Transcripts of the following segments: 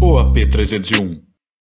O AP301.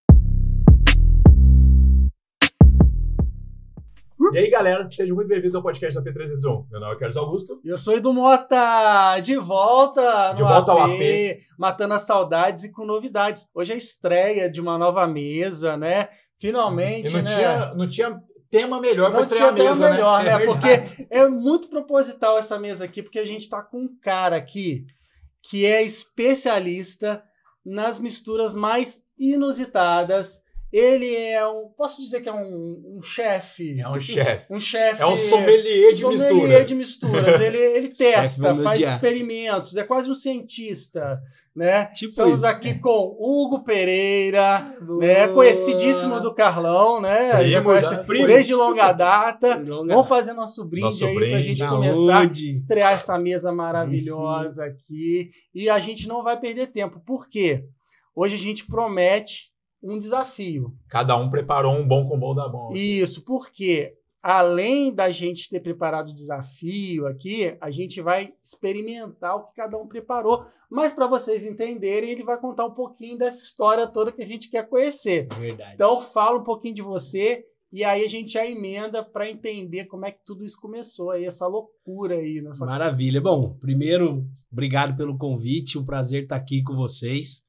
E aí, galera, sejam muito bem-vindos ao podcast da AP301. Meu nome é Carlos Augusto. E eu sou Edu Mota, de volta ao AP. Matando as saudades e com novidades. Hoje é a estreia de uma nova mesa, né? Finalmente, E não tinha tema melhor para estrear a mesa, não tinha tema melhor, né? Porque é muito proposital essa mesa aqui, porque a gente tá com um cara aqui que é especialista nas misturas mais inusitadas. Ele é posso dizer que é um chefe. É um chefe. Um chefe. É um sommelier de mistura. Sommelier de misturas. Ele testa, faz mundial. Experimentos, é quase um cientista, né? Tipo Estamos isso. aqui com Hugo Pereira, né? Conhecidíssimo do Carlão, né? Primo, Já conhece já. desde longa data. Vamos fazer nosso brinde Nosso aí brinde. pra gente Saúde. começar a estrear essa mesa maravilhosa aqui. E a gente não vai perder tempo. Por quê? Hoje a gente promete um desafio. Cada um preparou um bom combo da bom. Isso, porque além da gente ter preparado o desafio aqui, a gente vai experimentar o que cada um preparou. Mas para vocês entenderem, ele vai contar um pouquinho dessa história toda que a gente quer conhecer. Verdade. Então fala um pouquinho de você e aí a gente já emenda para entender como é que tudo isso começou aí, essa loucura aí. Maravilha. Bom, primeiro, obrigado pelo convite, um prazer estar aqui com vocês.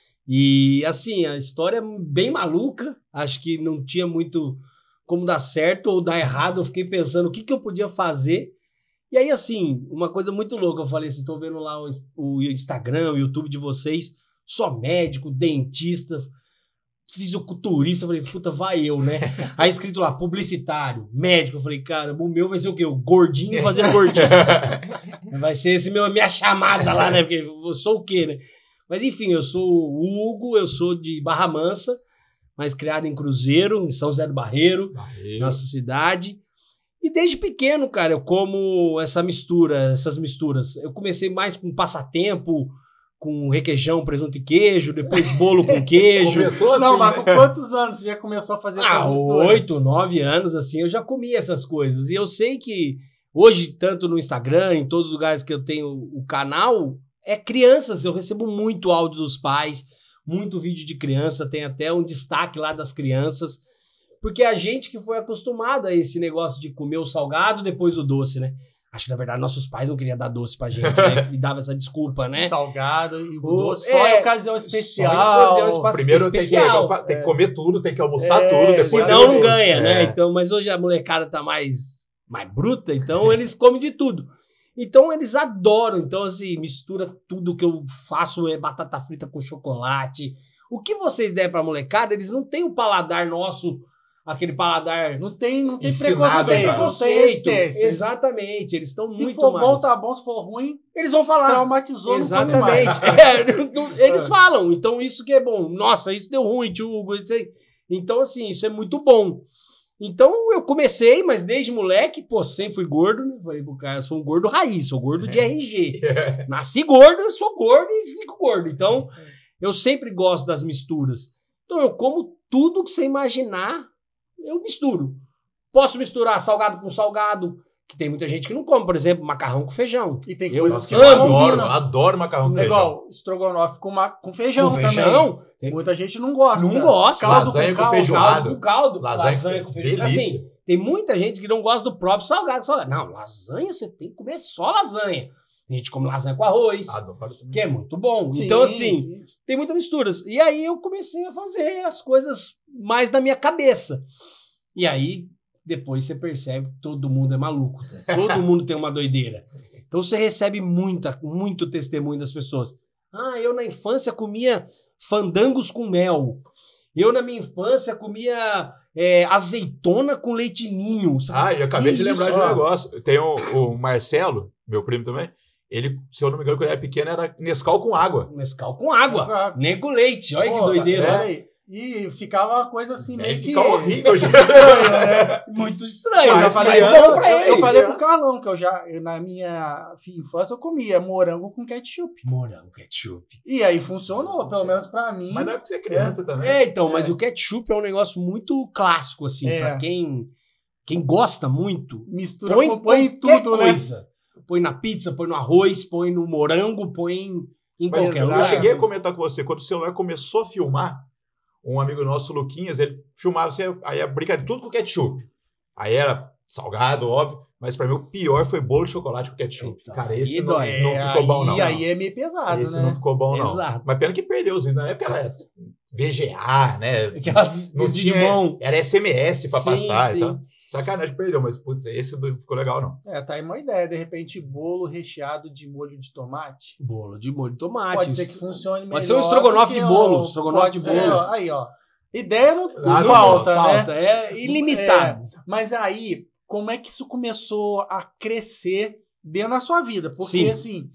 E, assim, a história é bem maluca, acho que não tinha muito como dar certo ou dar errado, eu fiquei pensando o que eu podia fazer. E aí, assim, uma coisa muito louca, eu falei assim, tô vendo lá o Instagram, o YouTube de vocês, só médico, dentista, fisiculturista, eu falei, puta, vai eu, né? Aí escrito lá, publicitário, médico, eu falei, cara, o meu vai ser o quê? O gordinho fazendo gordice. Vai ser esse minha chamada lá, né? Porque eu sou o quê, né? Mas enfim, eu sou o Hugo, eu sou de Barra Mansa, mas criado em Cruzeiro, em São José do Barreiro, nossa cidade. E desde pequeno, cara, eu como essas misturas. Eu comecei mais com passatempo, com requeijão, presunto e queijo, depois bolo com queijo. Começou assim, Não, mas né? com quantos anos você já começou a fazer essas misturas? 8, 9 anos, assim, eu já comia essas coisas. E eu sei que hoje, tanto no Instagram, em todos os lugares que eu tenho o canal, é crianças, eu recebo muito áudio dos pais, muito vídeo de criança, tem até um destaque lá das crianças, porque a gente que foi acostumado a esse negócio de comer o salgado, depois o doce, né? Acho que, na verdade, nossos pais não queriam dar doce pra gente, né? E dava essa desculpa, né? Salgado e o doce só em ocasião especial. Só em ocasião Primeiro especial. tem que comer tudo, tem que almoçar tudo. Depois Senão não doce. ganha, né? Então, mas hoje a molecada tá mais bruta, então eles comem de tudo. Então eles adoram, então assim, mistura tudo que eu faço, é batata frita com chocolate. O que vocês der pra molecada, eles não têm o paladar nosso, aquele paladar... Não tem Ensinado, preconceito. Não tem resistência. Exatamente, eles estão Se muito for mais... bom, tá bom. Se for ruim, Eles vão falar. traumatizou, Exatamente. não come mais. Eles falam, então isso que é bom. Nossa, isso deu ruim, tio Hugo. Isso aí. Então assim, isso é muito bom. Então eu comecei, mas desde moleque, pô, sempre fui gordo, né? Falei pro cara, sou um gordo raiz, sou gordo de RG. Nasci gordo, eu sou gordo e fico gordo. Então, eu sempre gosto das misturas. Então eu como tudo que você imaginar, eu misturo. Posso misturar salgado com salgado, que tem muita gente que não come, por exemplo, macarrão com feijão. E tem Eu coisas que Adoro, combinam. adoro macarrão com feijão. Igual estrogonofe com feijão Com também. feijão? Muita gente não gosta. Não gosta. Caldo Lasanha com com caldo. feijoada. Caldo com caldo. Lasanha com feijão. delícia. Assim, tem muita gente que não gosta do próprio salgado. Não, lasanha você tem que comer só lasanha. A gente come lasanha com arroz, Adoro também. que é muito bom. Sim, Então, assim, sim. tem muitas misturas. E aí eu comecei a fazer as coisas mais da minha cabeça. E aí, depois você percebe que todo mundo é maluco. Né? Todo mundo tem uma doideira. Então você recebe muito testemunho das pessoas. Eu na infância comia fandangos com mel. Eu na minha infância comia azeitona com leite ninho. Sabe? Eu acabei de lembrar de um ó. negócio. Tem o Marcelo, meu primo também. Ele, se eu não me engano, quando ele era pequeno, era Nescau com água. Nescau com água. Nem com leite. Olha que Pô, doideira. peraí. E ficava uma coisa assim meio que... Fica horrível. Já. estranho, né? Muito estranho. Eu Mas falei, criança, pra eu ele. falei pro Carlão que na minha infância eu comia morango com ketchup. Morango, ketchup. E aí funcionou, pelo menos pra mim. Mas não é porque você é criança também. Então, mas o ketchup é um negócio muito clássico, assim, pra quem gosta muito. Mistura, Põe põe qualquer tudo, né? coisa. Põe na pizza, põe no arroz, põe no morango, põe Em Mas qualquer eu lugar. cheguei a comentar com você, quando o celular começou a filmar, um amigo nosso, Luquinhas, ele filmava, aí a brincadeira, tudo com ketchup. Aí era salgado, óbvio, mas pra mim o pior foi bolo de chocolate com ketchup. Então, Cara, esse aí não, dói. não ficou bom, não. E aí é meio pesado, Esse né? não ficou bom, não. Exato. Mas pena que perdeu os vídeos. Na época era VGA, né? Aquelas Não vídeo tinha, bom. era SMS pra Sim, passar sim. e tal. Sacanagem, perdeu, mas putz, esse não ficou legal, não. Tá aí uma ideia. De repente, bolo recheado de molho de tomate. Bolo de molho de tomate. Pode ser que funcione melhor. Pode ser um estrogonofe do que de bolo, um- estrogonofe pode de ser, bolo. ó, aí, ó. Ideia não Ah, não falta, né? Falta. É ilimitado. Mas aí, como é que isso começou a crescer dentro da sua vida? Porque, Sim. assim,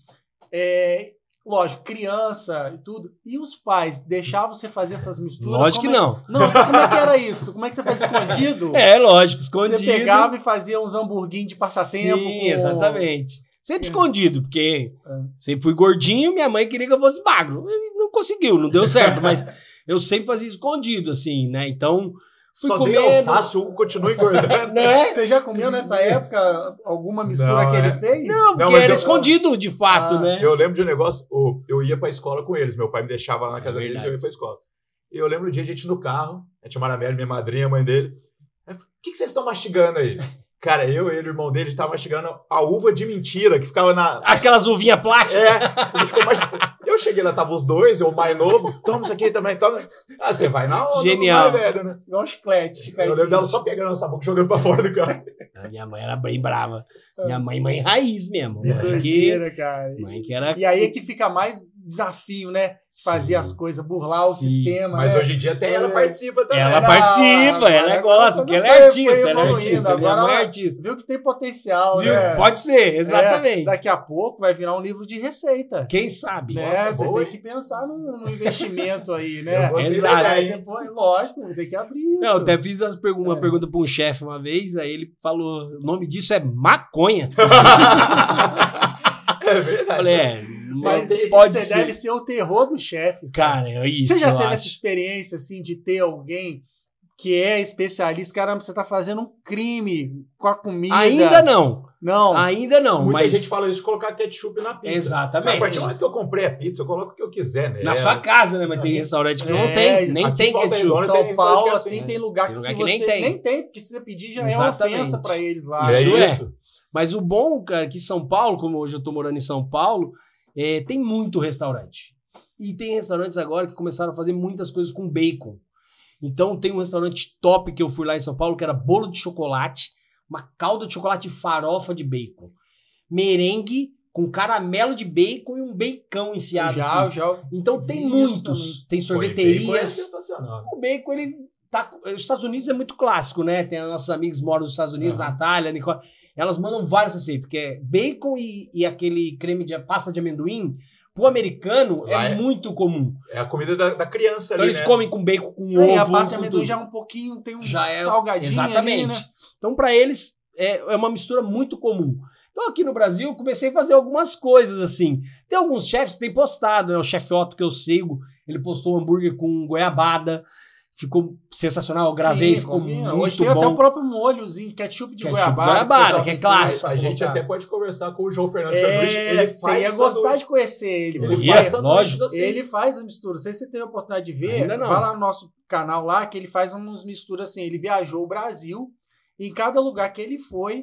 lógico, criança e tudo. E os pais deixavam você fazer essas misturas? Lógico que não. Não, como é que era isso? Como é que você fazia escondido? É, lógico, escondido. Você pegava e fazia uns hamburguinhos de passatempo. Sim, com- exatamente. Sempre É. escondido, porque sempre fui gordinho, minha mãe queria que eu fosse magro. E não conseguiu, não deu certo, mas eu sempre fazia escondido, assim, né? Então, fui Só comendo. dei alface, o Hugo continua engordando. Não é? Você já comeu nessa época alguma mistura Não, que é. ele fez? Não, porque mas era eu- escondido, de fato, Ah, né? Eu lembro de um negócio, eu ia pra escola com eles, meu pai me deixava lá na casa deles e eu verdade. ia pra escola. E eu lembro um dia a gente no carro, a tia Maramelli, minha madrinha, a mãe dele. Aí eu falei, o que vocês estão mastigando aí? Cara, ele, o irmão dele, estavam mastigando a uva de mentira que ficava na. Aquelas uvinhas plásticas. A gente ficou eu cheguei lá, tava os dois, eu o mais novo, toma isso aqui também, toma. Ah, você vai na onda Genial. dos mais velho, né? Igual um chiclete. Eu lembro dela só pegando essa boca e jogando pra fora do carro. A minha mãe era bem brava. Minha mãe raiz mesmo. Mãe que, Doideira, cara. mãe que era. E aí é que fica mais desafio, né? Fazer Sim. as coisas, burlar o Sim. sistema. Mas né? hoje em dia até ela participa também. Ela Não, participa, agora ela a gosta, coisa porque ela foi- é artista, foi ela é evoluindo, artista. Minha agora mãe é ela- artista. Viu que tem potencial, Viu? né? Pode ser, exatamente. Daqui a pouco vai virar um livro de receita. Quem sabe? Né? Nossa, Você boa, tem que pensar no investimento aí, né? Eu gostei Exato. da Aí ideia, você hein? põe, lógico, tem que abrir isso. Eu até fiz uma É. pergunta para um chefe uma vez, aí ele falou: o nome disso é maconha. É verdade. Eu falei, Mas pode você ser. deve ser o terror dos chefes. Cara, é isso. Você já eu teve acho. essa experiência, assim, de ter alguém que é especialista? Caramba, você tá fazendo um crime com a comida. Ainda não. Não. Ainda não, Muita mas. gente fala isso de colocar ketchup na pizza. Exatamente. A partir do momento que eu comprei a pizza, eu coloco o que eu quiser, né? Na sua casa, né? Mas tem restaurante que não É, tem, nem aqui tem em Volta ketchup. Redonda São tem Paulo, restaurante que é assim, assim. tem lugar que Tem se lugar que você... nem tem. porque se você pedir já é Exatamente. uma ofensa pra eles lá. É Isso é. isso. Mas o bom, cara, que São Paulo, como hoje eu tô morando em São Paulo, tem muito restaurante. E tem restaurantes agora que começaram a fazer muitas coisas com bacon. Então tem um restaurante top que eu fui lá em São Paulo, que era bolo de chocolate, uma calda de chocolate e farofa de bacon. Merengue com caramelo de bacon e um bacon enfiado assim. Já. Então tem vi isso muitos. Tem Pô, e bacon é sorveterias. sensacional. O bacon, ele tá. Os Estados Unidos é muito clássico, né? Tem as nossas amigas que moram nos Estados Unidos, Aham. Natália, Nicole. Elas mandam várias receitas, que é bacon e aquele creme de pasta de amendoim. Pro americano Lá é é- muito comum. É a comida da criança Então ali, eles né? comem com bacon, com E ovo. a pasta de com amendoim tudo. já é um pouquinho, tem um Já é salgadinho exatamente. ali, né? Então, para eles, é uma mistura muito comum. Então, aqui no Brasil, eu comecei a fazer algumas coisas assim. Tem alguns chefes que têm postado, né? O chefe Otto, que eu sigo, ele postou um hambúrguer com goiabada. Ficou sensacional. Eu gravei, Sim, ficou combina. muito Hoje tem bom. até o próprio molhozinho, ketchup de Ketchup de goiabada. goiabada, o pessoal que é tem clássico. fazer A gente pra até colocar. pode conversar com o João Fernando Sanduíche. Ele Você faz ia gostar sanduíche. de conhecer ele. Ele porque ia, faz sanduíches lógico. assim. Ele faz a mistura. Não sei se você teve a oportunidade de ver. Ainda não. Vai lá no nosso canal lá, que ele faz umas misturas assim. Ele viajou o Brasil. E em cada lugar que ele foi,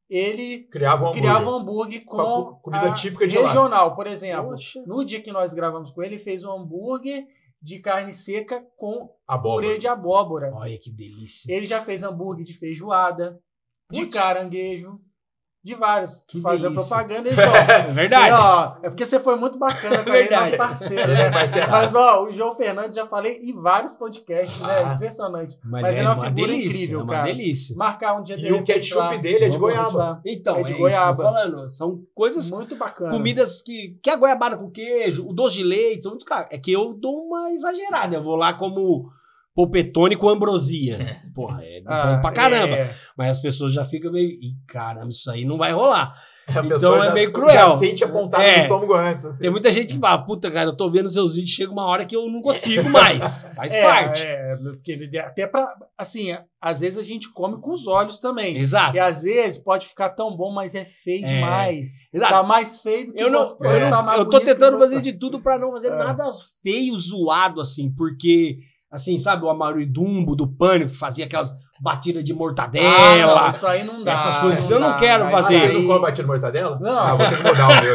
ele Criava um criava um hambúrguer com a comida a típica de lá. regional. Por exemplo, Poxa. no dia que nós gravamos com ele, ele fez um hambúrguer de carne seca com abóbora. purê de abóbora. Olha que delícia. Ele já fez hambúrguer de feijoada, de Putz. caranguejo, de vários. Que Fazia delícia. propaganda. Ele, ó, É verdade. você, ó, é porque você foi muito bacana com ele, Verdade. nosso parceiro, Ele é né? parceiraço. Mas, ó, o João Fernandes já falei em vários podcasts, né? Ah. Impressionante. Mas ele é é uma uma figura delícia, incrível, é uma cara. delícia. Marcar um dia E o ketchup lá. dele é de Vamos goiaba. lá. Então, É é de isso que eu tô goiaba. falando. São coisas, Muito bacana. comidas que a goiabada com queijo, o doce de leite, são muito caros. É que eu dou uma exagerada. Eu vou lá como polpetone com ambrosia. Porra, é bom pra caramba. É. Mas as pessoas já ficam meio, ih, caramba, isso aí não vai rolar. A Então pessoa é já, meio cruel. já sente a pontada É. no estômago antes. Assim. Tem muita gente que fala, puta, cara, eu tô vendo seus vídeos, chega uma hora que eu não consigo mais. Faz parte. Porque até pra. Assim, às vezes a gente come com os olhos também. Exato. E às vezes pode ficar tão bom, mas é feio demais. Exato. Tá mais feio do que Eu não, gostoso, tá mais eu tô bonito tentando que fazer gostoso. de tudo pra não fazer nada feio, zoado, assim, porque, assim, sabe, o Amaury Dumbo do Pânico, que fazia aquelas batidas de mortadela, Não, isso aí não dá. essas coisas eu não dá, quero mas fazer. Você aí- não come batida mortadela? Não. Vou ter que mudar o meu.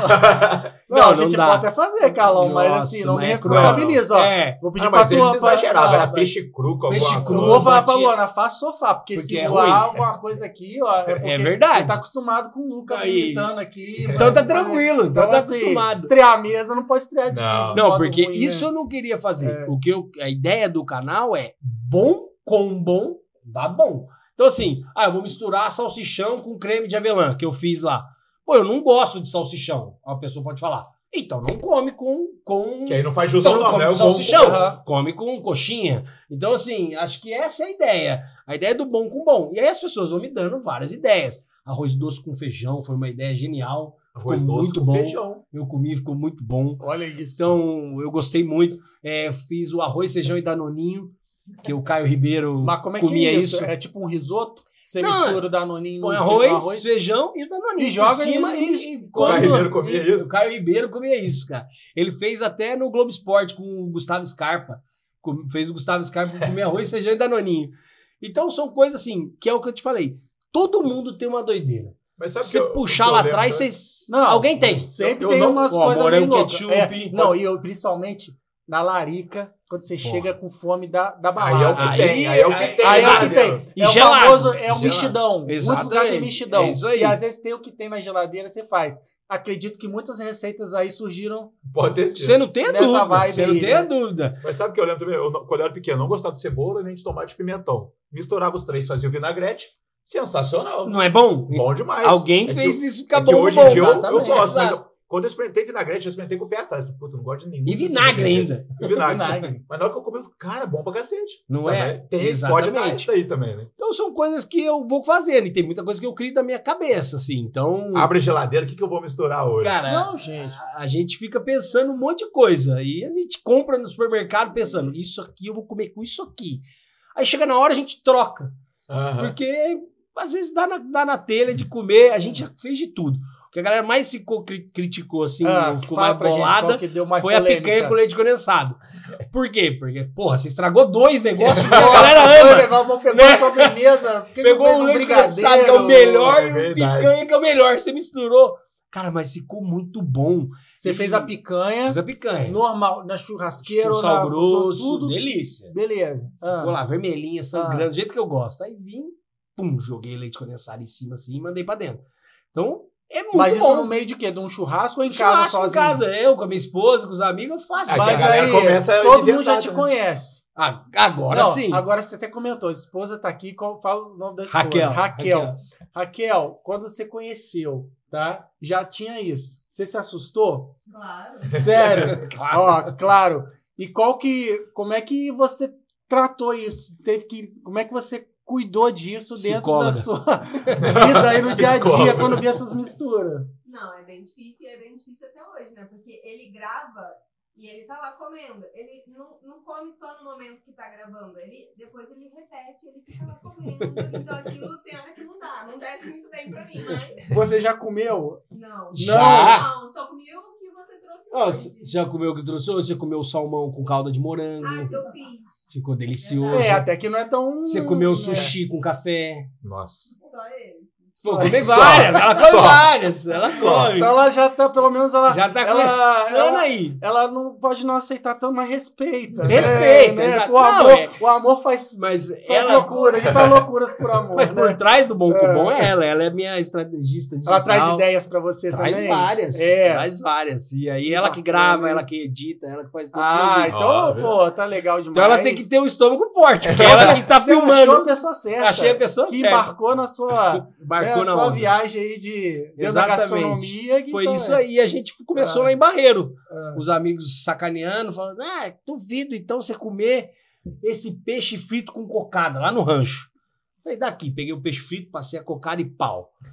Não, Não, a gente não dá. pode até fazer, Carlão, mas Nossa, assim, não me mas é responsabiliza, ó. É, Vou pedir Ah, mas pra eles tua. exageravam, era pra- peixe cru com Peixe alguma cru. Não coisa. vou falar pra batia- Luana, faça sofá, porque Porque se é voar ruim. alguma coisa aqui, ó, é porque verdade. ele tá acostumado com o Lucas Aí. vomitando aqui. então tá vai- tranquilo, então Então, tá assim, acostumado. estrear a mesa não pode estrear de Não. Não, modo porque ruim, isso né? eu não queria fazer. A ideia do canal é bom com bom, dá bom. Então assim, eu vou misturar salsichão com creme de avelã, que eu fiz lá. Pô, eu não gosto de salsichão. A pessoa pode falar, então não come com... Que aí não faz jus Então ao não nome, come né? com O bom salsichão, Aham. come com coxinha. Então assim, acho que essa é a ideia. A ideia é do bom com bom. E aí as pessoas vão me dando várias ideias. Arroz doce com feijão foi uma ideia genial. Arroz Ficou doce muito com bom. feijão. Eu comi, ficou muito bom. Olha isso. Então, eu gostei muito. Fiz o arroz, feijão e danoninho, que o Caio Ribeiro Mas como é que comia é isso? isso. É tipo um risoto? Você Não, mistura o danoninho Põe no arroz, feijão e o danoninho E joga por cima e- e O come. Caio Ribeiro comia isso. O Caio Ribeiro comia isso, cara. Ele fez até no Globo Esporte com o Gustavo Scarpa. Fez o Gustavo Scarpa comer arroz, feijão e danoninho. Então, são coisas assim, que é o que eu te falei. Todo mundo tem uma doideira. Mas sabe Se que você eu- puxar que eu lá lembro, atrás, né? Não, alguém tem. Sempre Eu tem não- umas Ó, coisas morango, meio loucas. ketchup. Não, e eu, principalmente na larica, quando você chega com fome da Aí é o balada. que Aí- tem, aí é o que aí- tem. Aí é o sabe? que tem. E É o gelado. famoso, é o Gelado. mexidão. Muitos lugares tem Exatamente. mexidão. É isso aí. E às vezes tem o que tem na geladeira, você faz. Acredito que muitas receitas aí surgiram. Pode ter sido. Você não tem a Nessa dúvida. vibe Você não aí, tem né? a dúvida. Mas sabe o que eu lembro também? Quando eu era pequeno, eu não gostava de cebola nem de tomate e pimentão. Misturava os três, fazia o vinagrete. Sensacional. Não é bom? Bom demais. Alguém É que fez eu- isso ficar é que bom. hoje bom, em dia eu exatamente. gosto, mas Exato. quando eu experimentei vinagrete, eu experimentei com o pé atrás. Puta, eu não gosto de nenhum. E desses vinagre ingredientes. ainda. E vinagre. Vinagre. Mas na hora que eu comi, eu falei, cara, é bom pra cacete. Não Também é? Tem, pode Exatamente. dar isso aí também, né? Então são coisas que eu vou fazendo. E tem muita coisa que eu crio da minha cabeça, assim. Então, Abre a geladeira, o que eu vou misturar hoje? cara, Não, gente. a gente fica pensando um monte de coisa. E a gente compra no supermercado pensando, isso aqui eu vou comer com isso aqui. Aí chega na hora, a gente troca. Aham. Porque às vezes dá na telha de comer, a gente já fez de tudo. O que a galera mais criticou, assim, ficou fala mais pra gente bolada, qual que deu mais foi a polêmica. picanha com leite condensado. Por quê? Porque, porra, você estragou 2 negócios que a galera ama. Vamos pegar Né? a sobremesa. Por que Pegou não fez o um leite condensado, que é o brigadeiro? melhor, É e o verdade. picanha, que é o melhor. Você misturou. Cara, mas ficou muito bom. Você fez a picanha Fiz a picanha. normal, na churrasqueira, Com ou sal na, grosso, tudo. delícia. Beleza. Ficou lá, vermelhinha, sangrando, do jeito que eu gosto. Aí vim, pum, joguei leite condensado em cima assim e mandei pra dentro. Então, é muito Mas isso bom. no meio de quê? De um churrasco ou em Churrasco casa sozinho? em casa, eu com a minha esposa, com os amigos, eu faço. Aqui Mas a galera aí, começa a todo mundo já inventar te também. conhece. Agora Não, sim. Agora você até comentou, a esposa tá aqui, fala o nome da esposa. Raquel. Raquel, quando você conheceu, tá? Já tinha isso. Você se assustou? Claro. Sério? Claro. Ó, claro. E como é que você tratou isso? Como é que você cuidou disso dentro Psicóloga. da sua vida aí no dia a dia, Psicóloga. quando via essas misturas? Não, é bem difícil e é bem difícil até hoje, né? Porque ele grava e ele tá lá comendo. Ele não come só no momento que tá gravando. Depois ele repete, ele fica lá comendo. Então aquilo tem hora que não dá. Não desce muito bem pra mim, mas... Você já comeu? Não. Já? Não, só comi o que você trouxe Ó, hoje. você já comeu o que trouxe hoje? Você comeu salmão com calda de morango. Ah, que eu fiz. Ficou delicioso. É, até que não é tão... Você comeu né? sushi com café. Nossa. Só esse. Pô, Só- comi só- várias. Ela come só- várias. Ela só. come. Então ela já tá, pelo menos ela... Já tá ela- começando ela- aí. Ela não pode não aceitar tanto, mas respeita. Respeita, né? exato. O amor, Não, é- o amor faz Mas faz ela... loucura, a gente faz loucuras por amor. Mas né? por trás do bom com bom é ela. Ela é minha estrategista digital. Ela traz ideias pra você Traz também? várias. É. Traz várias. E aí Que ela que bacana, grava, hein? ela que edita, ela que faz tudo. Ah, isso. então, Óbvio. pô, tá legal demais. Então ela tem que ter um estômago forte, porque ela que tá Você achou a filmando. pessoa certa. Achei a pessoa que certa. embarcou na sua, Embarcou na sua onda. viagem aí de dentro da Exatamente. gastronomia. Que Foi então, isso aí. A gente começou lá em Barreiro. Ah. Os amigos sacaneando, falando: duvido então você comer esse peixe frito com cocada lá no rancho. Falei, daqui, peguei o peixe frito, passei a cocada e pau.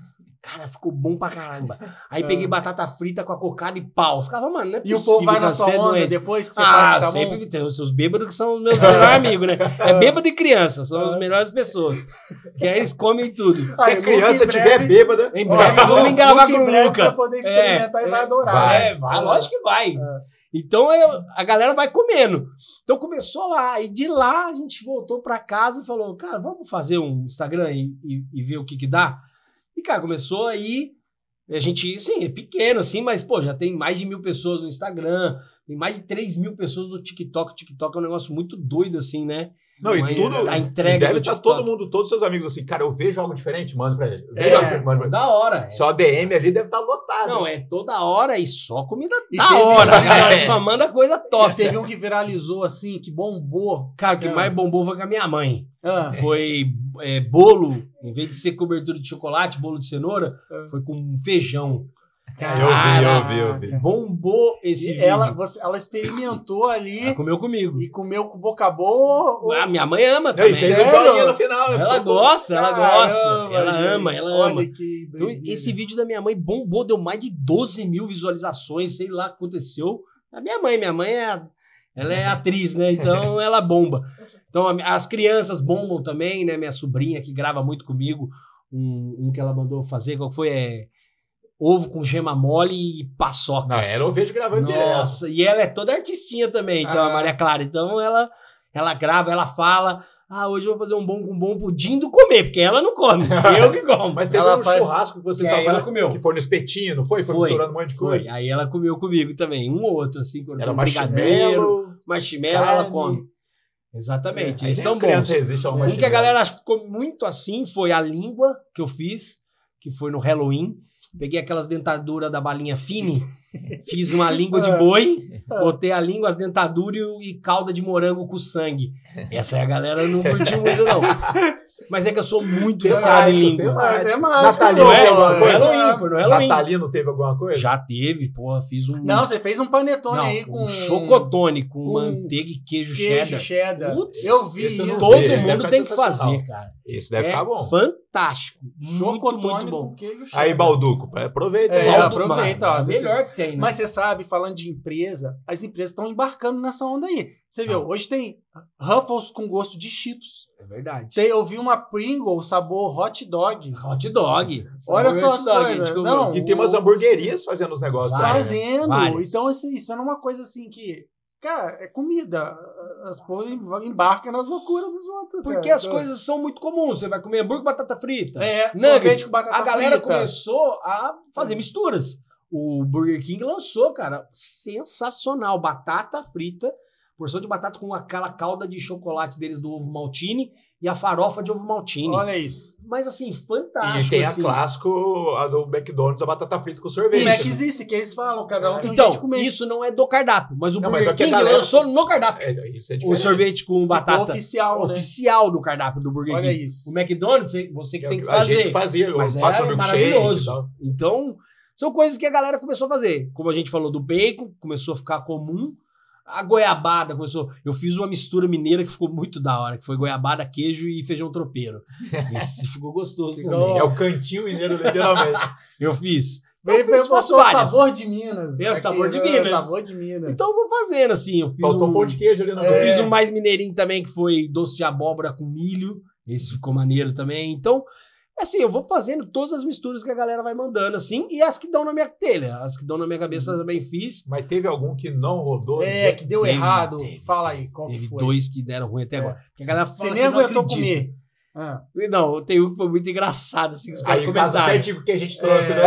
Cara, ficou bom pra caramba. Aí peguei batata frita com a cocada e pau. Os caras, mano, não é E possível. o povo vai na cara, sua você é onda doente. depois que você fala que tá sempre bom? tem os seus bêbados que são os meus melhores amigos, né? É bêbado e criança, são as melhores pessoas. Que aí eles comem tudo. Se a criança estiver bêbada... Em breve vamos gravar com o Pra Luca. poder experimentar e vai adorar. Vai. Vai, lógico que vai. Então a galera vai comendo. Então começou lá. E de lá a gente voltou pra casa e falou, cara, vamos fazer um Instagram e ver o que dá? E, cara, começou aí. A gente, sim, é pequeno, assim, mas, pô, já tem mais de 1.000 pessoas no Instagram, tem mais de 3.000 pessoas no TikTok. O TikTok é um negócio muito doido, assim, né? Não, e tudo... A entrega deve do estar TikTok. todo mundo, todos os seus amigos assim, cara, eu vejo algo diferente, manda pra ele. Eu vejo É, algo diferente, manda pra ele. da hora. Só a DM ali deve estar lotado. Não, é toda hora e só comida E da teve- hora. A galera É. só manda coisa Top. top. Teve um que viralizou assim, que bombou. Cara, o que mais bombou foi com a minha mãe. Ah, Foi bolo, em vez de ser cobertura de chocolate, bolo de cenoura, foi com feijão. Eu vi. Bombou esse e vídeo. ela experimentou ali Ela comeu comigo. e comeu com boca boa. ou- A minha mãe ama Não, também. e fez o Sério? joinha no final. né? Ela gosta, ela Caramba, gosta. Ela gente. ama, ela Olha ama. que Então, doideira. esse vídeo da minha mãe bombou, deu mais de 12.000 visualizações, sei lá o que aconteceu. A minha mãe ela é atriz, né? Então ela bomba. Então as crianças bombam também, né? Minha sobrinha que grava muito comigo, um que ela mandou fazer, qual foi? Ovo com gema mole e paçoca. Não, ela eu vejo gravando direto. Nossa, e ela é toda artistinha também, então, a Maria Clara. Então ela grava, ela fala. Hoje eu vou fazer um bom pudim do comer, porque ela não come, eu que como. Mas teve Ela um faz- churrasco que vocês Que estavam aí ela falando, comeu. que foi no espetinho, não foi? Foi misturando um monte de coisa. Foi. Aí ela comeu comigo também, um ou outro, assim, Era um brigadeiro, marshmallow. marshmallow, ela carne. come. Exatamente, Aí eles nem são a criança bons. resiste ao Um que a marshmallow. galera ficou muito assim foi a língua que eu fiz, que foi no Halloween. Peguei aquelas dentaduras da balinha fine, fiz uma língua de boi, botei a língua, as dentaduras e calda de morango com sangue. Essa aí a galera não curtiu muito, não. Mas é que eu sou muito Tem viciado em mágico, língua. tem mágico. É mágico, Natalino pô, teve alguma Foi no coisa? Halloween, foi no Halloween. Natalino teve alguma coisa? Já teve, porra, fiz um... Não, você fez um panetone Não, aí com um chocotone, com com manteiga e queijo queijo cheddar. cheddar. Putz, Eu vi esse eu não isso. sei, Todo esse deve mundo ficar tem que sensacional. fazer, cara. Esse deve ficar bom. Fantástico. Muito, Chocotone muito com bom. queijo cheddar. Aí, Balduco, aproveita. É, aí. Baldo- aproveita, ó, é o você- melhor que tem, né? Mas você sabe, falando de empresa, as empresas estão embarcando nessa onda aí. Você viu, hoje tem Ruffles com gosto de Cheetos. É verdade. Eu vi uma Pringles sabor hot dog. Hot dog. Olha Sabor só hot as dog, coisas. a gente Não, comeu. E tem umas hamburguerias fazendo os negócios Várias. também. Fazendo. Várias. Então, isso é uma coisa assim que, cara, é comida. As povos embarcam nas loucuras dos outros. Porque cara. as coisas são muito comuns. Você vai comer hambúrguer com batata frita. É, Nuggets. sorvete com batata A galera frita. começou a fazer misturas. O Burger King lançou, cara, sensacional. Batata frita, porção de batata com aquela calda de chocolate deles do ovo maltine e a farofa de ovo maltine. Olha isso. Mas assim, fantástico. E tem a assim. clássico, a do McDonald's, a batata frita com O sorvete. Mac existe, que eles falam, cada um tem um jeito Então, de comer. isso não é do cardápio, mas o Não, Burger mas é que a King galera- lançou no cardápio. Isso é O diferente. sorvete com Ficou batata oficial, né? oficial do cardápio do Burger Olha King. isso. O McDonald's, você que tem que A gente fazer. fazia, eu Mas faço é milkshake maravilhoso. e tal. Então, são coisas que a galera começou a fazer. Como a gente falou do bacon, começou a ficar comum. A goiabada começou. Eu fiz uma mistura mineira que ficou muito da hora, que foi goiabada, queijo e feijão tropeiro. Esse ficou gostoso Ficou- também. É o cantinho mineiro, literalmente. Eu fiz. Veio Então, eu fiz botou várias. sabor de Minas. Veio Aqui, sabor de né? Minas. Sabor de Minas. Então eu vou fazendo assim. Eu fiz Faltou pão de queijo ali no Eu meio. fiz um mais mineirinho também, que foi doce de abóbora com milho. Esse ficou maneiro também. Então, assim, eu vou fazendo todas as misturas que a galera vai mandando, assim, e as que dão na minha telha. As que dão na minha cabeça também fiz. Mas teve algum que não rodou? É, que deu Teve, errado. teve. Fala aí, qual que Teve foi? 2 que deram ruim até agora. Porque a galera fala Você que nem não aguentou acredita. comer. Ah. Não, tem um que foi muito engraçado, assim, que os caras Aí casa comentaram. certinho que a gente trouxe, É. né?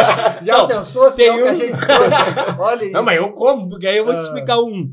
Já Não, pensou se tem é o que a um- gente trouxe? Olha isso. Não, mas eu como, porque aí eu vou te Ah. explicar um.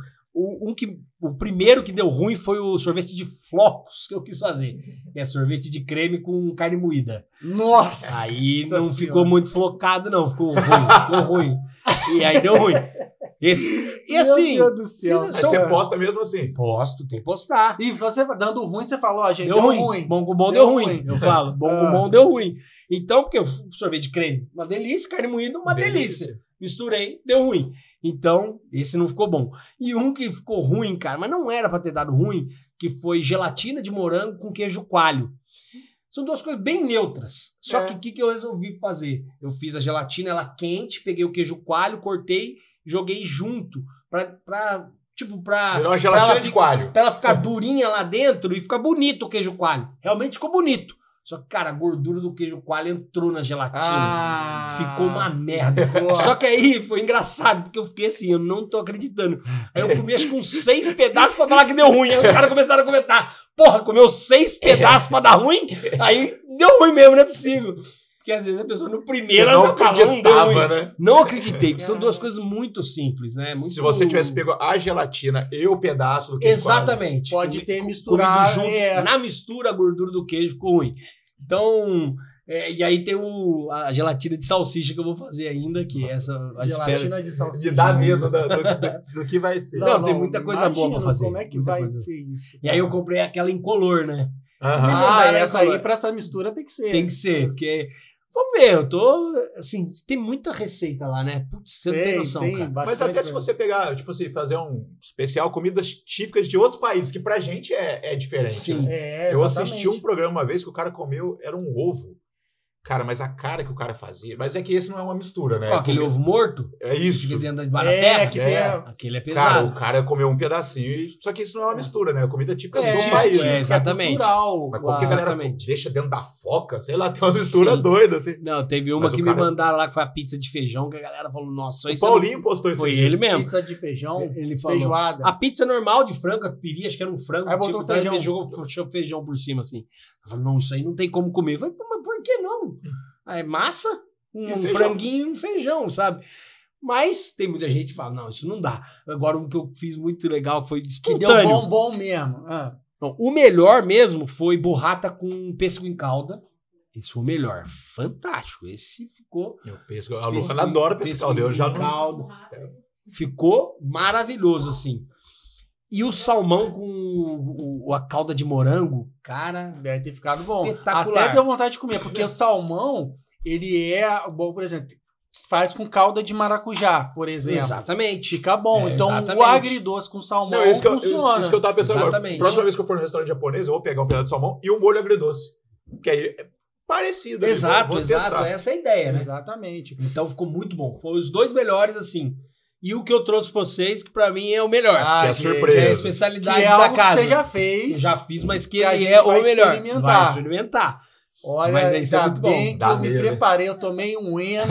O primeiro que deu ruim foi o sorvete de flocos que eu quis fazer. É sorvete de creme com carne moída. Nossa. Aí não Senhora. ficou muito flocado, não. Ficou ruim. E aí deu ruim. E assim, Meu Deus do céu. Mas você posta mesmo assim. posto, tem que postar. E você dando ruim, você falou, ó, gente, Deu ruim. Bom com bom deu ruim. Eu falo, bom com bom deu ruim. Então, porque o sorvete de creme, uma delícia, carne moída, uma delícia. Misturei, deu ruim. Então, esse não ficou bom. E um que ficou ruim, cara, mas não era pra ter dado ruim, que foi gelatina de morango com queijo coalho. São duas coisas bem neutras. Só que o que eu resolvi fazer? Eu fiz a gelatina, ela quente, peguei o queijo coalho, cortei, joguei junto Virou uma gelatina de coalho. Pra ela ficar durinha lá dentro e ficar bonito o queijo coalho. Realmente ficou bonito. Só que, cara, a gordura do queijo coalho entrou na gelatina. Ficou uma merda. Só que aí foi engraçado, porque eu fiquei assim, eu não tô acreditando. Aí eu comi acho que uns 6 pedaços pra falar que deu ruim. Aí os caras começaram a comentar. Porra, comeu 6 pedaços pra dar ruim? Aí deu ruim mesmo, não é possível. Porque às vezes a pessoa no primeiro não acreditava, né? Não acreditei, porque são duas coisas muito simples, né? Muito... Se você tivesse pego a gelatina e o pedaço do queijo exatamente. Pode ter misturado junto. Na mistura, a gordura do queijo ficou ruim. Então, e aí tem a gelatina de salsicha que eu vou fazer ainda, que essa... Gelatina de salsicha. De dar medo do que vai ser. Não, tem muita coisa boa pra fazer. Como é que vai ser isso? E aí eu comprei aquela incolor, né? Essa aí pra essa mistura tem que ser. Tem que ser, porque... Vamos ver, eu tô... Assim, tem muita receita lá, né? Putz, você não tem noção, cara. Mas até se você pegar, tipo assim, fazer um especial comidas típicas de outros países, que pra gente é diferente. Sim. Né? Eu assisti um programa uma vez que o cara comeu, era um ovo. Cara, mas a cara que o cara fazia... Mas é que esse não é uma mistura, né? Aquele ovo morto? É isso. Que dentro da terra? Aquele é pesado. Cara, o cara comeu um pedacinho, só que isso não é uma mistura, né? Comida típica do país. Exatamente. Cultural. Mas como que a galera deixa dentro da foca? Sei lá, tem uma mistura doida, assim. Não, teve uma que me mandaram lá, que foi a pizza de feijão, que a galera falou, nossa... O Paulinho postou isso. Foi ele mesmo. Pizza de feijão, ele falou, feijoada. A pizza normal de frango, catupiry, acho que era um frango. Aí botou feijão. Ele jogou feijão por cima, assim. Eu falei, não, isso aí não tem como comer. Eu falei, mas por que não? Aí massa, um franguinho e um feijão, sabe? Mas tem muita gente que fala, não, isso não dá. Agora, um que eu fiz muito legal foi espontâneo. Que deu bom mesmo. Não, o melhor mesmo foi burrata com pêssego em calda. Esse foi o melhor. Fantástico. Esse ficou... A Luana adora pêssego em calda. Ficou maravilhoso, assim. E o salmão com a calda de morango, cara... Deve ter ficado bom. Espetacular. Até deu vontade de comer, porque o salmão, ele bom, por exemplo, faz com calda de maracujá, por exemplo. Exatamente. Fica bom. Então, o agridoce com salmão funciona. Isso que eu tava pensando agora. Próxima vez que eu for no restaurante japonês, eu vou pegar um pedaço de salmão e um molho agridoce. Que aí é parecido. Exato. Essa é a ideia, né? Exatamente. Então, ficou muito bom. Foram os dois melhores, assim... E o que eu trouxe pra vocês, que pra mim é o melhor. Que é a surpresa. Que é a especialidade que é da algo casa. Que você já fez. Eu já fiz, mas que ele é o melhor. Vai experimentar. Olha, mas isso é muito bom. Eu me preparei, eu tomei um Eno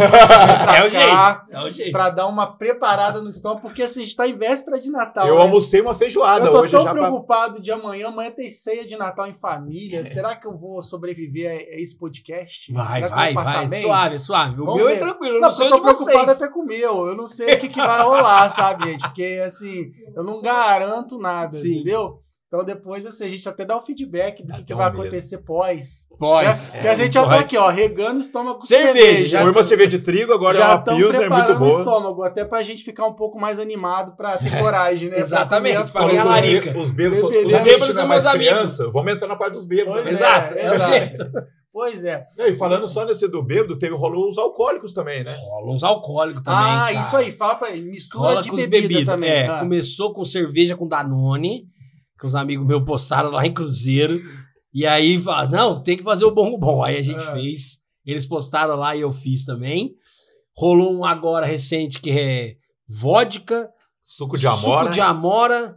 é o jeito. Pra dar uma preparada no estômago, porque assim, a gente tá em véspera de Natal. Eu almocei uma feijoada hoje. Eu tô tão preocupado de amanhã tem ceia de Natal em família. Será que eu vou sobreviver a esse podcast? Vai. Bem? Suave. O meu é tranquilo, eu não sei eu tô de vocês. preocupado até com o meu. Eu não sei o que vai rolar, sabe, gente? Porque assim, eu não garanto nada, entendeu? Então depois assim, a gente até dá um feedback do que vai acontecer pós. Porque a gente já tá aqui, ó, regando o estômago com cerveja. Foi uma cerveja de trigo, agora é uma Pilsner muito boa. O estômago, até pra gente ficar um pouco mais animado pra ter coragem, né? Exatamente. Pra a larica. Os bêbados são meus amigos. Vamos entrar na parte dos bêbados. Exato. É o jeito. Pois é. E falando só nesse do bêbado, rolou os alcoólicos também, né? Rola uns alcoólicos também, cara. Isso aí, fala pra ele. Mistura de bebida também. Começou com cerveja com Danone, que os amigos meus postaram lá em Cruzeiro. E aí, falaram, não, tem que fazer o bom. Aí a gente fez. Eles postaram lá e eu fiz também. Rolou um agora recente que é vodka, suco de amora,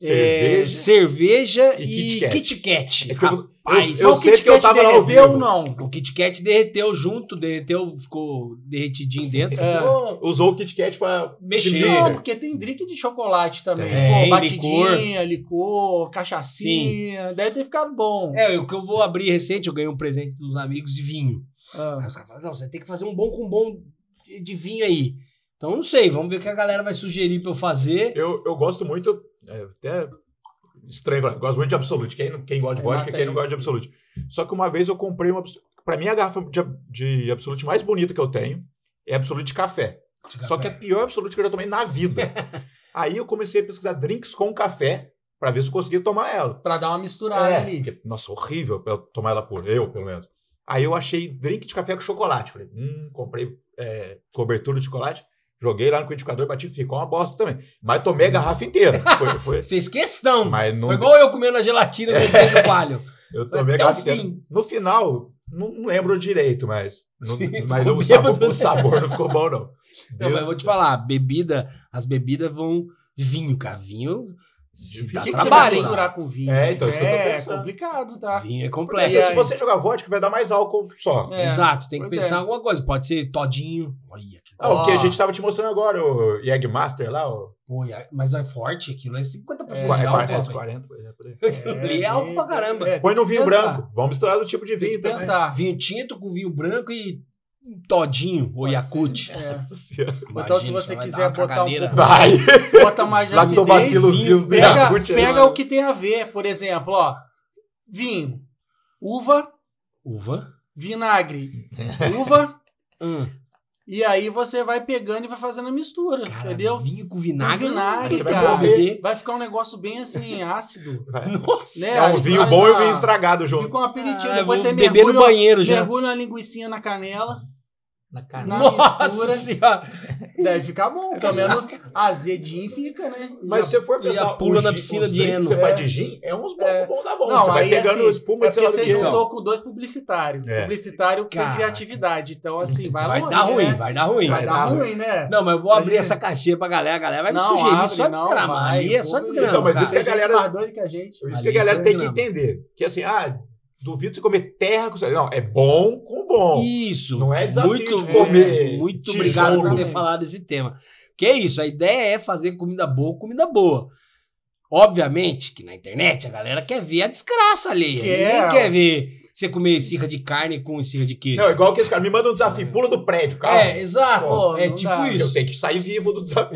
cerveja e Kit Kat. Eu sei que eu tava lá ao vivo. Não. O Kit Kat derreteu, ficou derretidinho dentro. Usou o Kit Kat pra mexer. Não, porque tem drink de chocolate também. Batidinha, licor, cachaçinha. Sim. Deve ter ficado bom. O que eu vou abrir recente, eu ganhei um presente dos amigos de vinho. Aí os caras falaram, não, você tem que fazer um bom de vinho aí. Então, não sei, vamos ver o que a galera vai sugerir pra eu fazer. Eu gosto muito, até estranho, eu gosto muito de Absolute. Quem gosta de vodka, quem não gosta de Absolute. Só que uma vez eu comprei pra mim a garrafa de Absolute mais bonita que eu tenho é Absolute de café. Só que é a pior Absolute que eu já tomei na vida. Aí eu comecei a pesquisar drinks com café pra ver se eu conseguia tomar ela. Pra dar uma misturada ali. Porque, nossa, horrível pra eu tomar ela pelo menos. Aí eu achei drink de café com chocolate. Falei, comprei cobertura de chocolate. Joguei lá no liquidificador, bati, ficou uma bosta também. Mas tomei a garrafa inteira. Foi. Fez questão. Mas não... Foi igual eu comendo a gelatina com queijo coalho. Eu tomei Até a o garrafa inteira. fim. No final, não lembro direito, mas Ficou o bêbado, sabor não ficou bom, não. Não, Deus mas eu vou do te céu. falar, as bebidas vão... Vinho, cara, vinho... Difícil. Dá O que você vai trabalho, hein? misturar com vinho? É, então, isso que eu tô É pensando. complicado, tá? Vinho é Porque complexo. se você jogar vodka, vai dar mais álcool só. É. Exato, tem que Pois pensar é. em alguma coisa. Pode ser todinho. Olha, que... O que a gente tava te mostrando agora, o Jägermaster lá, o Pô, mas é forte aquilo, é 50% É, de é álcool. 40, por aí. Ali é álcool pra caramba. Põe no tem que vinho pensar. branco. Vamos misturar do tipo de Tem vinho que também. pensar. Vinho tinto com vinho branco e todinho, ou Pode Yakut. ser. É. Nossa senhora. Então, se você quiser botar um pouco- Vai. Bota mais de acidez, Lactobacilos do pega, Yakult. pega o que tem a ver. Por exemplo, ó, vinho, uva, Uva. vinagre, uva, Hum. e aí você vai pegando e vai fazendo a mistura, Cara, entendeu? vinho com Com vinagre. vinagre, Aí você vai cara. comer. Vai ficar um negócio bem assim, ácido. Nossa. Né? É um Aí vinho vai bom e um lá. vinho estragado junto. Fica um aperitivo. Ah, Depois vou você beber no mergulha, banheiro já. mergulha uma linguicinha na canela. Na Na Nossa mistura. senhora. Deve ficar bom. Pelo menos azedinho fica, né? Mas se você for E pensar, pula o na gin- piscina os de drinks eno. que você faz É. de gin, é uns bons É. bom da bom. Não, Você vai aí, pegando assim, espuma é de sei porque lá do você quê. juntou com dois publicitários. É. Publicitário tem Caraca. criatividade. Então, assim, vai Vai longe, dar ruim, né? vai dar ruim. Vai dar ruim, né? Não, mas eu vou abrir Imagina. essa caixinha pra galera. A galera vai me Não, sugerir abre, só não, desgrama. vai, Ali é o só povo- desgrama. Então, mas cara. isso que a Tem gente galera- mais doida que a gente. Isso Ali que a galera só tem que desgrama. entender. Que assim, duvido você comer terra com... Não, é bom com bom. Isso. Não é desafio muito, de comer Muito tijolo. obrigado por ter falado esse tema. Que é isso, a ideia é fazer comida boa. Obviamente que na internet a galera quer ver a desgraça alheia. Ninguém quer ver você comer esfirra de carne com esfirra de queijo. Não, igual que esse cara me manda um desafio, pula do prédio, calma. Exato. Pô, é não tipo dá. Eu isso. tenho que sair vivo do desafio.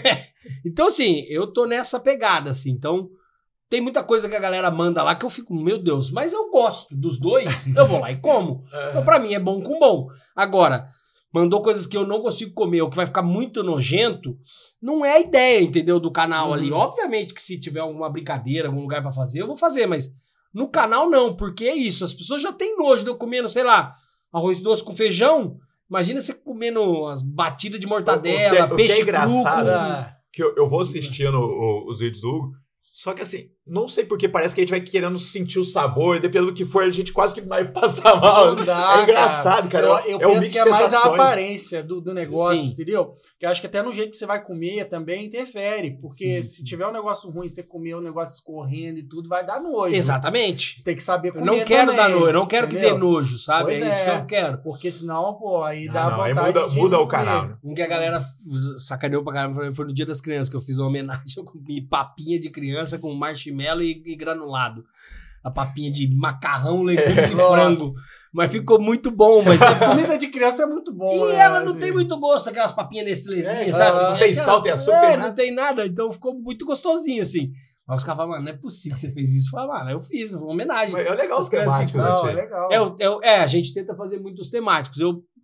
Então, assim, eu tô nessa pegada, assim. Então, tem muita coisa que a galera manda lá que eu fico, meu Deus, mas eu gosto dos dois, eu vou lá e como. Então, pra mim, é bom com bom. Agora, mandou coisas que eu não consigo comer ou que vai ficar muito nojento, não é a ideia, entendeu, do canal ali. Obviamente que se tiver alguma brincadeira, algum lugar pra fazer, eu vou fazer, mas no canal não, porque é isso. As pessoas já têm nojo de eu comendo, sei lá, arroz doce com feijão. Imagina você comendo as batidas de mortadela, O que é peixe engraçado, cru. Que eu vou assistindo os vídeos do Hugo, só que assim, não sei porque parece que a gente vai querendo sentir o sabor, e dependendo do que for, a gente quase que vai passar mal. Não dá, É engraçado, cara. Eu é um penso mix que é de mais a sensações. aparência do negócio, Sim. entendeu? Que eu acho que até no jeito que você vai comer também interfere. Porque Sim, se tiver um negócio ruim, você comer um negócio escorrendo e tudo, vai dar nojo. Exatamente. Você tem que saber Eu comer não quero também, dar nojo, eu não quero que entendeu? dê nojo, sabe? Pois é isso é. que eu quero. Porque senão, pô, aí Não, dá não, aí vontade de muda o comer. canal, né? Um que a galera sacaneou pra caramba foi no Dia das Crianças, que eu fiz uma homenagem, eu comi papinha de criança com marshmallow e granulado. A papinha de macarrão, legumes e Nossa. frango. Mas ficou muito bom, mas Comida de criança é muito bom. E né? ela não Assim. tem muito gosto, aquelas papinhas Nestlézinhas, É, sabe? não tem sal, tem açúcar, tem nada. Não tem nada, então ficou muito gostosinho, assim. Aí os caras falam, mano, não é possível que você fez isso. Eu falo, mano, eu fiz, foi uma homenagem. Mas é legal os As crianças que- temáticos, Não, é assim. legal. A gente tenta fazer muitos temáticos.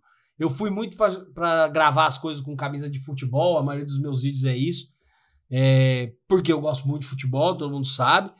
Eu fui muito pra gravar as coisas com camisa de futebol, a maioria dos meus vídeos é isso. Porque eu gosto muito de futebol, todo mundo sabe.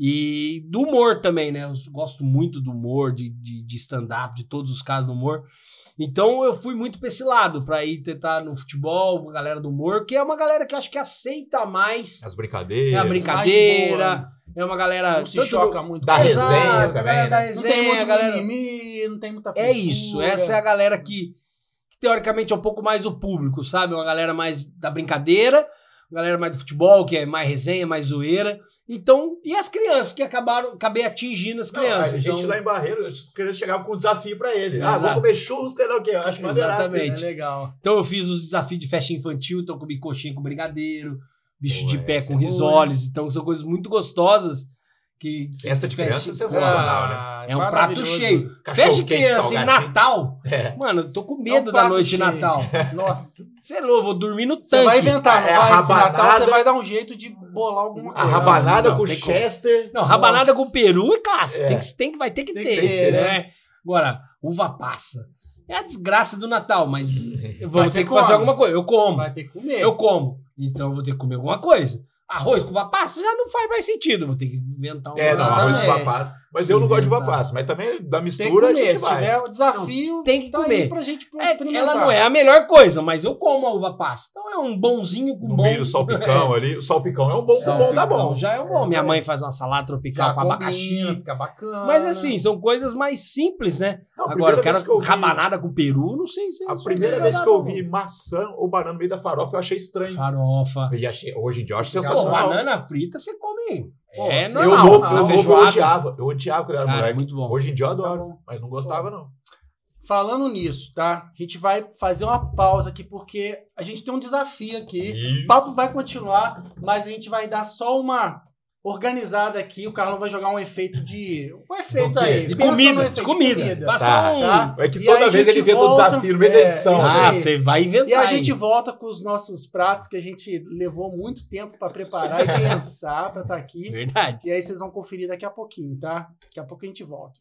E do humor também, né? Eu gosto muito do humor, de stand-up, de todos os casos do humor. Então eu fui muito pra esse lado, pra ir tentar no futebol, a galera do humor, que é uma galera que acho que aceita mais As brincadeiras. a brincadeira. É uma galera. Não se tanto choca muito. Da com isso. resenha Exato, também, da né? Não tem resenha, muito a galera. mimimi, não tem muita É frescura. isso, essa é a galera que teoricamente é um pouco mais o público, sabe? Uma galera mais da brincadeira, uma galera mais do futebol, que é mais resenha, mais zoeira. Então, e as crianças que acabei atingindo as Não, crianças. a gente então, lá em Barreiro, as crianças chegavam com um desafio pra ele. Exato. Vou comer churros, sei lá o quê. Eu acho maneiraço. Exatamente. É legal. então eu fiz os desafios de festa infantil, então eu comi coxinha com brigadeiro, bicho Pô, de pé essa com é boa, risoles, então são coisas muito gostosas. Festa de criança é sensacional, né? É um prato Maravilhoso. cheio. Cachorro Festa de quente, criança e salgadinho. Natal, É. mano, eu tô com É um medo da prato noite de cheio. Natal. Nossa. Você é louco, vou dormir no tanque. Você vai inventar, não É a vai? Esse Natal rabanada. você vai dar um jeito de bolar alguma A coisa. rabanada Não, com tem como. Chester. Não, rabanada com peru é clássico. É. Vai ter que Tem ter, que ter, né? Agora, uva passa. É a desgraça do Natal, mas eu vou Mas ter você que fazer come. alguma coisa. Eu como. Vai ter que comer. Eu como. Então eu vou ter que comer alguma coisa. Arroz com uva passa já não faz mais sentido. Vou ter que inventar um. É, não, arroz com Exatamente. papas. Mas eu não gosto de uva passa, mas também da Tem que mistura a comer. gente Se vai. tiver o desafio, Tem que tá comer. aí pra gente experimentar. Ela não é a melhor coisa, mas eu como a uva passa. Então é um bonzinho com No bom. meio do salpicão ali. O salpicão é um bom com bom, dá bom. Já é um bom. Minha mãe faz uma salada tropical Já com abacaxi. combina, fica bacana. Mas assim, são coisas mais simples, né? Não, a Agora, eu primeira vez que quero eu vi- rabanada com peru, não sei se... A primeira vez que eu vi maçã ou banana no meio da farofa, eu achei estranho. Farofa. E hoje em dia eu acho Pô, sensacional. banana frita você come. Pô, É eu normal. eu feijoada. odiava quando era Cara, moleque. muito bom. Hoje em dia eu Tá adoro, bom. mas não gostava não. Falando nisso, tá? A gente vai fazer uma pausa aqui, porque a gente tem um desafio aqui. E O papo vai continuar, mas a gente vai dar só uma organizada aqui. O Carlão vai jogar um efeito de... Um efeito Do quê? aí. De Pensa no comida, efeito de comida. Tá, Passar um... tá? é que E toda aí a vez gente ele inventa o volta- desafio no meio da edição. isso Ah, aí. você vai inventar. E a aí. gente volta com os nossos pratos que a gente levou muito tempo pra preparar e pensar pra estar aqui. Verdade. E aí vocês vão conferir daqui a pouquinho, tá? Daqui a pouco a gente volta.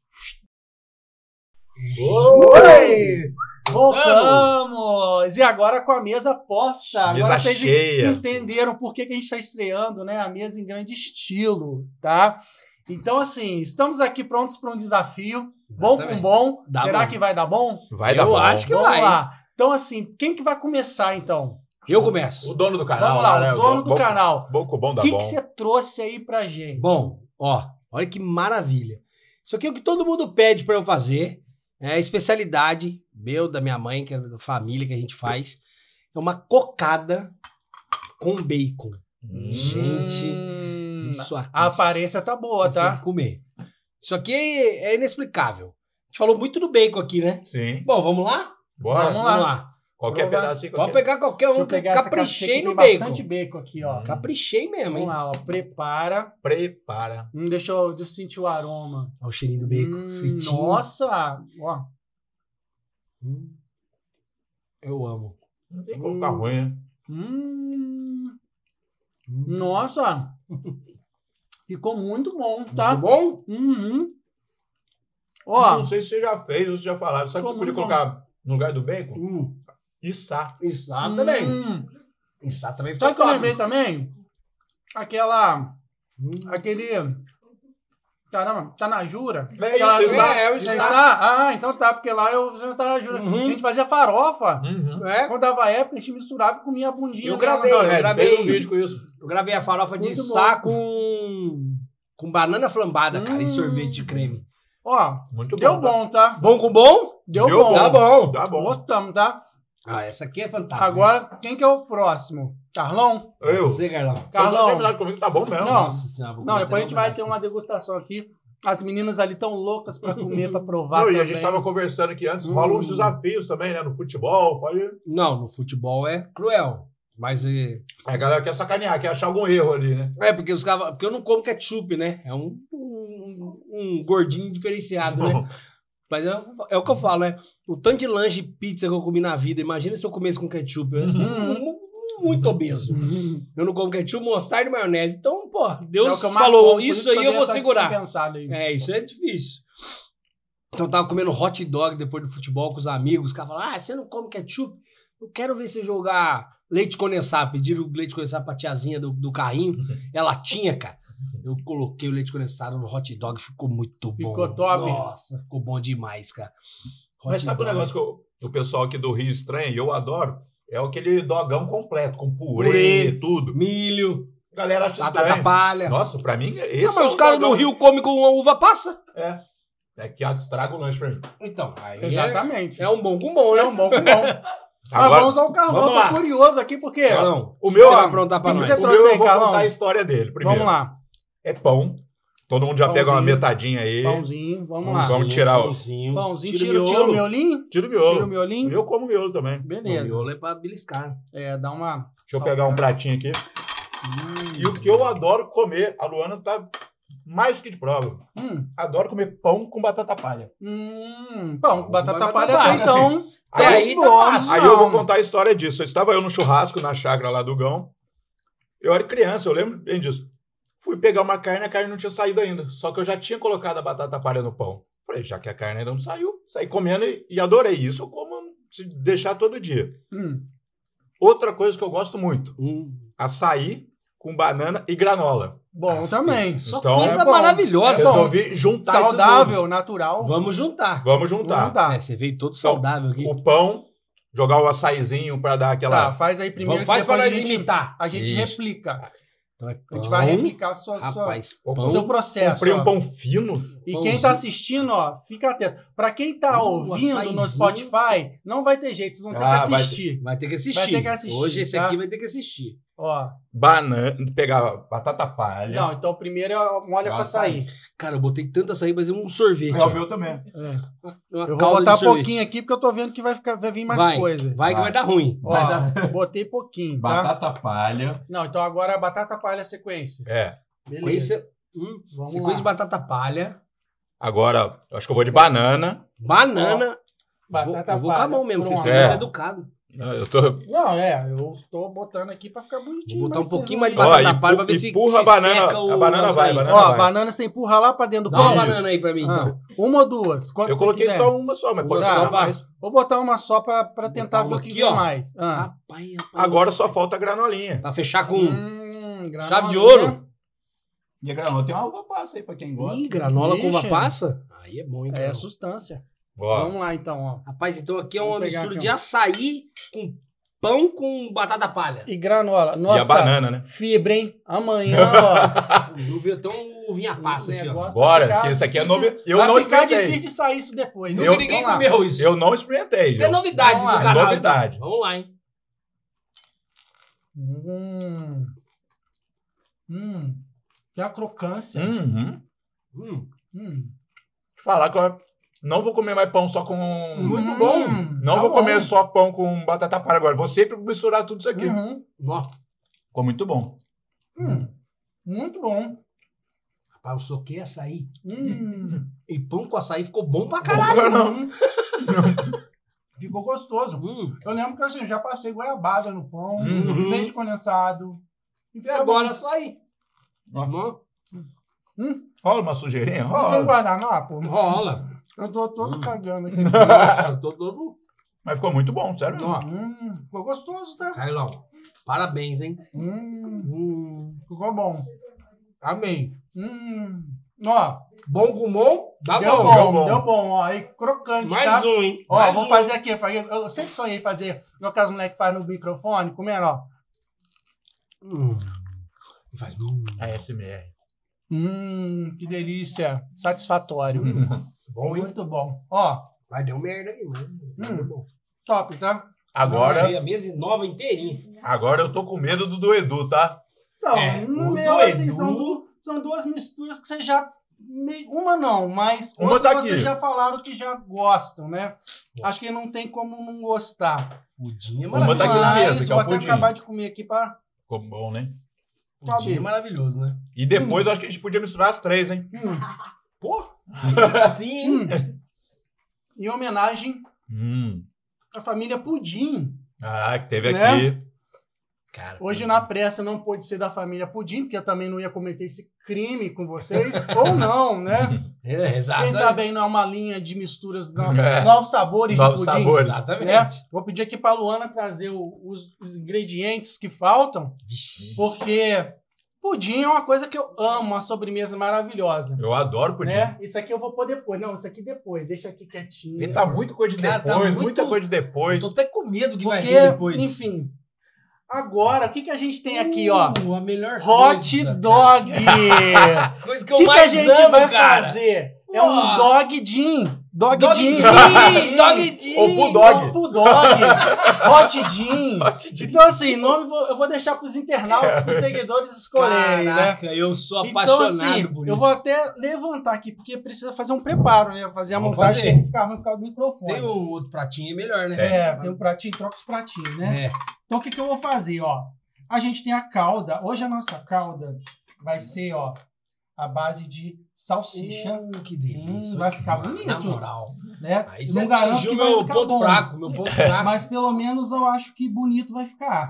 Oi! Voltamos! E agora com a mesa posta. Agora Mesa vocês cheia. entenderam por que a gente está estreando, né? A mesa em grande estilo, tá? Então, assim, estamos aqui prontos para um desafio. Bom com Exatamente. bom. Dá Será bom. que vai dar bom? Vai dar Eu bom. acho que Vamos vai. lá. Então, assim, quem que vai começar, então? Eu começo. O dono do canal Vamos lá, né? o dono do bom, canal. Bom com bom O dá que bom. que você trouxe aí pra gente? Bom, ó, olha que maravilha. Isso aqui é o que todo mundo pede pra eu fazer. É a especialidade meu, da minha mãe, que é da família que a gente faz. É uma cocada com bacon. Gente, isso aqui. A aparência tá boa, vocês têm tá? que comer. Isso aqui é inexplicável. A gente falou muito do bacon aqui, né? Sim. Bom, vamos lá? Bora. Vamos Vamos lá. lá. Qualquer Provar. pedacinho. Pode qualquer- pegar qualquer um, Deixa eu que pegar eu essa caprichei casquinha no que tem bacon. bastante bacon aqui, ó. Caprichei mesmo, Vamos hein? lá, ó. Prepara. Prepara. Deixa eu sentir o aroma. Olha o cheirinho do bacon, fritinho. Nossa! Ó. Eu amo. Não tem como ficar ruim, né? Nossa! Ficou muito bom, tá? Muito bom? Uhum. Ó, Não sei se você já fez ou se já falaram. Sabe o que você Ficou podia muito colocar no lugar do bacon? Içá. Isso também. hum. Isso também Sabe o que eu top. lembrei também? Aquele... Caramba, tá na Jura? É Aquela- isso, Içá. é o É Içá. Içá? Ah, então tá, porque lá eu tá na Jura. Uhum. A gente fazia farofa. Uhum. É? Quando dava época, a gente misturava e comia a bundinha. Eu dela. gravei, Não, eu ele gravei. fez um vídeo com isso. Eu gravei a farofa de Muito sá bom. com banana flambada, cara, e Hum. sorvete de creme. Ó, Muito deu bom. bom, tá? Bom com bom? Deu Deu bom. Tá bom. Tá bom. Gostamos, tá? Ah, essa aqui é fantástica. Agora, quem que é o próximo? Carlão? Eu. Você, Carlão. Carlão. Terminado comigo, tá bom mesmo. Não. Nossa senhora, vou Não, comer depois a até gente vai um ter pedaço. uma degustação aqui. As meninas ali estão loucas pra comer, pra provar Não, e também. a gente tava conversando aqui antes, rola uns desafios também, né? No futebol, pode... Não, no futebol é cruel. Mas A galera quer sacanear, quer achar algum erro ali, né? porque os caras. Porque eu não como ketchup, né? É um gordinho diferenciado, né? Mas é o que eu falo, né? O tanto de lanche e pizza que eu comi na vida, imagina se eu comesse com ketchup. Eu ia ser muito obeso. Eu não como ketchup, mostarda e maionese. Então, pô, É Deus o que eu mais falou, como, por isso que aí eu vou dei essa segurar. descompensada aí. É, isso é difícil. Então eu tava comendo hot dog depois do futebol com os amigos. Os caras falaram, você não come ketchup? Eu quero ver você jogar leite condensado. Pediram leite condensado pra tiazinha do carrinho. Ela tinha, cara. Eu coloquei o leite condensado no hot dog, ficou muito bom. Ficou top? Nossa, ficou bom demais, cara. Hot Mas sabe o dog. negócio que o pessoal aqui do Rio estranha, e eu adoro? É aquele dogão completo, com purê, Purê. tudo. Milho, A galera acha batata estranho. palha. Nossa, pra mim, esse Não, mas os um caras dogão. no Rio comem com uma uva passa. É que estraga o lanche pra mim. Então, aí Exatamente. é um bom com bom, né? É um bom com bom. Mas Agora, vamos ao Carlão, vamos lá. tô curioso aqui, porque... Carlão, o meu, você vai ó, aprontar pra o que nós. você o trouxe meu aí, eu vou Carlão? contar a história dele primeiro. Vamos lá. É pão. Todo mundo já pega uma Pãozinho. metadinha aí. Pãozinho, vamos lá. Vamos tirar o- pãozinho. Pãozinho, Tira tira o miolinho? Tira o Tira o miolo. miolinho? Eu como miolo também. O Beleza. miolo é pra beliscar. É, dá uma... Deixa eu pegar um pratinho aqui. E o que eu adoro comer, a Luana tá mais do que de prova. Adoro comer pão com batata palha. Pão com batata Batata palha, palha, então... Até aí tá fácil. Aí eu vou contar a história disso. Estava eu no churrasco na chácara lá do Gão. Eu era criança, eu lembro bem disso. Fui pegar uma carne, a carne não tinha saído ainda. Só que eu já tinha colocado a batata palha no pão. Falei, já que a carne ainda não saiu, saí comendo e adorei isso. Eu como se deixar todo dia. Outra coisa que eu gosto muito, açaí com banana e granola. Bom também. Só Então, coisa é bom. maravilhosa. É bom. Resolvi juntar esses Saudável, dois. natural. Vamos juntar. Vamos juntar. Vamos dar. É, você veio todo saudável aqui. O pão, jogar o açaizinho pra dar aquela... Tá, faz aí primeiro. Faz que pra depois nós imitar. A gente Isso. replica. Então é A gente vai replicar Rapaz, O pão. seu processo. Comprei ó. um pão fino. E pãozinho. quem tá assistindo, ó, fica atento. Pra quem tá ouvindo no açaizinho. Spotify, não vai ter jeito, vocês vão ter que assistir. Vai ter que assistir. Vai ter que assistir, Hoje esse tá? aqui vai ter que assistir. Ó. Banana, pegar batata palha. Não, então primeiro molha com açaí. Cara, eu botei tanto açaí, mas é um sorvete. É o ó. meu também. Uma Eu vou calda botar de sorvete. pouquinho aqui, porque eu tô vendo que vai vir mais Vai, coisa. vai que vai dar ruim. Ó, eu botei pouquinho, tá? Batata palha. Não, então agora a batata palha é a sequência. É. Beleza. Sequência Vamos lá. de batata palha, Agora, eu acho que eu vou de banana. banana. Batata eu vou com a mão mesmo, Pronto. vocês são É. muito educados. Eu tô... Não, eu tô botando aqui pra ficar bonitinho. Vou botar um mas pouquinho vocês mais de não- batata Ó, palha pra ver se empurra se a banana, seca o a banana vai, açaí. banana Ó, vai. banana você empurra lá pra dentro do Dá uma pão. banana aí pra mim, então. Uma ou duas? Quanto Eu você coloquei quiser. só uma só, mas pode Uma ser só pra- mais. Vou botar uma só pra tentar ver uma o que aqui, vem ó. mais. Rapaz. Agora só falta a granolinha. Pra fechar com granola, chave de ouro. E a granola tem uma uva passa aí pra quem Ih, granola com uva Ixi. passa. Aí é bom, hein, É cara. substância. Ó, Vamos lá, então, ó. Rapaz, então aqui é Vou uma pegar mistura aqui, de ó. açaí com pão com batata palha. E granola. e a Nossa, banana, né? fibra, hein? Amanhã, ó. Eu vi até um uvinha passa aqui, ó. negócio Bora, vai ficar que isso aqui é difícil. novo. Eu Vai não ficar experimentei. difícil de sair isso depois. Nunca ninguém Vamos lá. comeu isso. Eu não experimentei. Isso é viu? novidade Vamos lá. do canal. É novidade. Então. Vamos lá, hein? Que a crocância. Uhum. Hum. Falar que eu não vou comer mais pão só com... Muito bom. Não Tá vou bom. comer só pão com batata palha agora. Vou sempre misturar tudo isso aqui. Uhum. Ó, Ficou muito bom. Muito bom. rapaz, eu soquei açaí. Hum. E pão com açaí ficou bom pra caralho. Caralho. Ficou gostoso. Hum. Eu lembro que assim, eu já passei goiabada no pão, Uhum. leite condensado. E agora açaí. Ó. Hum. Rola uma sujeirinha? Não tem Rola. guardanapo? Rola. Eu tô todo cagando aqui. Nossa, eu tô todo... Mas ficou muito bom, sério. Ó, Ficou gostoso, tá? Cailão, parabéns, hein? Ficou bom. Amei. Ó, Bom com bom, dá deu bom. bom, deu bom. Ó, aí crocante, Mais tá? um, hein? Ó, Mais vou um. fazer aqui. Eu sempre sonhei fazer igual que as moleques fazem no microfone, comendo, ó. Faz ASMR. Que delícia. Satisfatório. Bom, hein? Muito bom. Ó, Vai, deu merda aí, mas deu bom. top, tá? Agora, Achei a mesa nova inteirinha. agora eu tô com medo do Edu, tá? Não, É, no o meu, do assim, Edu- são duas misturas que você já... Uma não, mas Uma outra tá vocês aqui. já falaram que já gostam, né? Acho que não tem como não gostar. Pudim é Uma tá aqui na maravilhoso. mesa, que é vou o até pudim. acabar de comer aqui pra... Ficou bom, né? Pudim é maravilhoso, né? E depois eu acho que a gente podia misturar as três, hein? Pô, aí sim, hein? Em homenagem Hum. à família Pudim. Ah, que teve Né? aqui. Cara, Hoje na pressa não pôde ser da família Pudim, porque eu também não ia cometer esse crime com vocês, ou não, né? exato. Quem sabe aí não é uma linha de misturas, É. novos sabores Novos de pudim. sabores. Exatamente. Né? Vou pedir aqui pra Luana trazer os ingredientes que faltam, Vixe. porque pudim é uma coisa que eu amo, uma sobremesa maravilhosa. Eu adoro pudim. Né? Isso aqui eu vou pôr depois. Não, isso aqui depois. Deixa aqui quietinho. E tá muito coisa de Cara, depois, tá muito- muita coisa de depois. Tô até com medo que vai Porque, vir depois. enfim. Agora, o que a gente tem aqui, ó? A melhor Hot coisa, dog! cara. Coisa que eu O que a mais gente amo, vai cara. fazer? É Uau. um dog gin. Dog Dog gin. Gin, Dog Gin. Ou bulldog. Ou bulldog. Hot gin. Hot gin. Então, assim, nome eu vou deixar pros internautas, pros seguidores escolherem, né? Caraca, eu sou Então, apaixonado assim, por eu isso. vou até levantar aqui, porque precisa fazer um preparo, né? Fazer a Vamos montagem, fazer. tem que ficar ruim por causa do microfone. Tem um outro pratinho aí melhor, né? Tem um pratinho, troca os pratinhos, né? É. Então, o que eu vou fazer, ó? A gente tem a calda. Hoje a nossa calda vai ser, ó, a base de salsicha, Que delícia. vai ficar Na bonito. moral. né? Aí Eu você não garanto atingiu que vai meu ficar ponto bom, fraco, meu ponto fraco. mas pelo menos eu acho que bonito vai ficar.